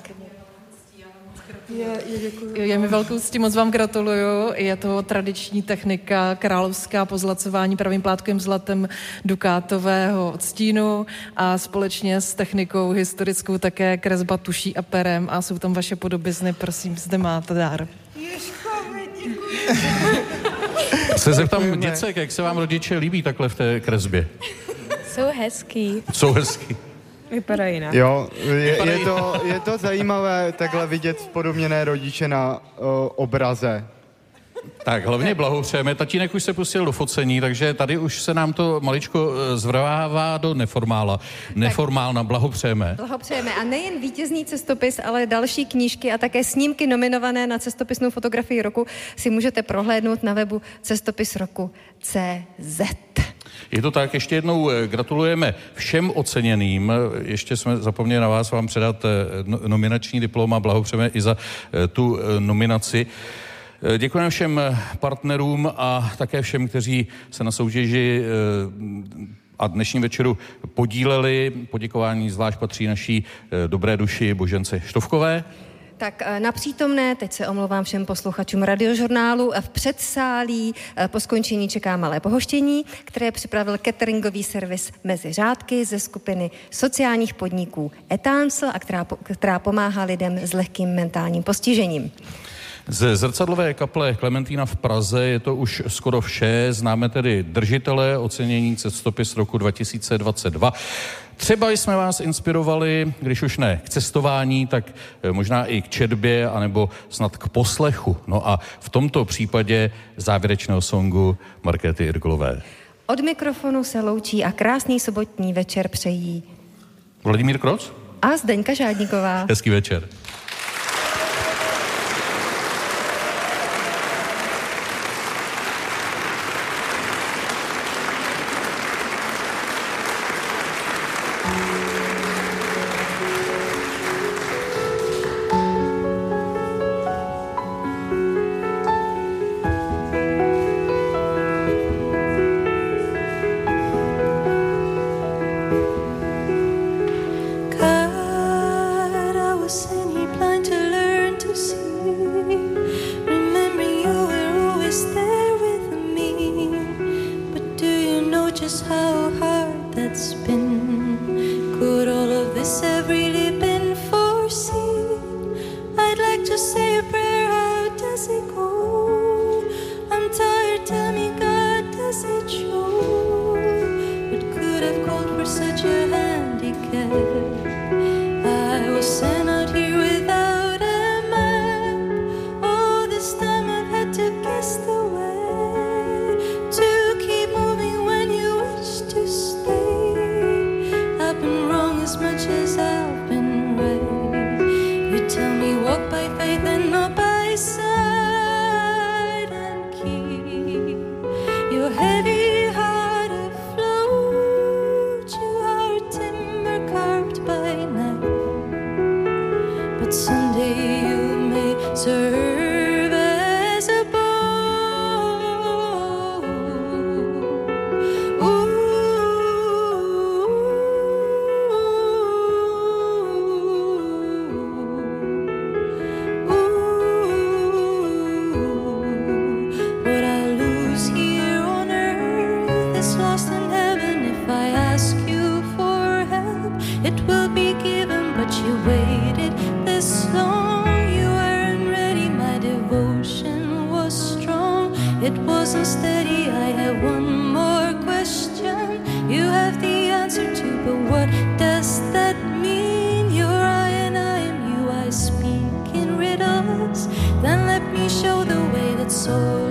[SPEAKER 9] Je mi velkou ctí, moc vám gratuluju. Je to tradiční technika královská pozlacování pravým plátkovým zlatem dukátového odstínu a společně s technikou historickou také kresba tuší a perem a jsou tam vaše podobizny, prosím, zde máte dár.
[SPEAKER 1] Se zeptám děcek, jak se vám rodiče líbí takhle v té kresbě?
[SPEAKER 9] Jsou hezký.
[SPEAKER 1] Jsou hezký.
[SPEAKER 9] Vypadá jinak.
[SPEAKER 23] Jo, je to zajímavé takhle vidět spodobněné rodiče na obraze.
[SPEAKER 1] Tak hlavně blahopřejeme. Tatínek už se pustil do focení, takže tady už se nám to maličko zvrhává do neformála. Neformálna, blahopřejeme.
[SPEAKER 2] Blahopřejeme. A nejen vítězný cestopis, ale další knížky a také snímky nominované na cestopisnou fotografii roku si můžete prohlédnout na webu cestopisroku.cz.
[SPEAKER 1] Je to tak, ještě jednou gratulujeme všem oceněným. Ještě jsme zapomněli na vás vám předat nominační diplom a blahopřejeme i za tu nominaci. Děkujeme všem partnerům a také všem, kteří se na soutěži a dnešním večeru podíleli. Poděkování zvlášť patří naší dobré duši Božence Štovkové.
[SPEAKER 2] Tak na přítomné, teď se omlouvám všem posluchačům Radiožurnálu, v předsálí po skončení čeká malé pohoštění, které připravil cateringový servis Mezi řádky ze skupiny sociálních podniků Etáncl, a která pomáhá lidem s lehkým mentálním postižením.
[SPEAKER 1] Ze zrcadlové kaple Klementína v Praze je to už skoro vše. Známe tedy držitele ocenění Cestopis roku 2022. Třeba jsme vás inspirovali, když už ne k cestování, tak možná i k četbě, anebo snad k poslechu. No a v tomto případě závěrečného songu Markéty Irglové.
[SPEAKER 2] Od mikrofonu se loučí a krásný sobotní večer přejí
[SPEAKER 1] Vladimír Kroc
[SPEAKER 2] a Zdeňka Žádníková.
[SPEAKER 1] Hezký večer.
[SPEAKER 3] Then let me show the way that's so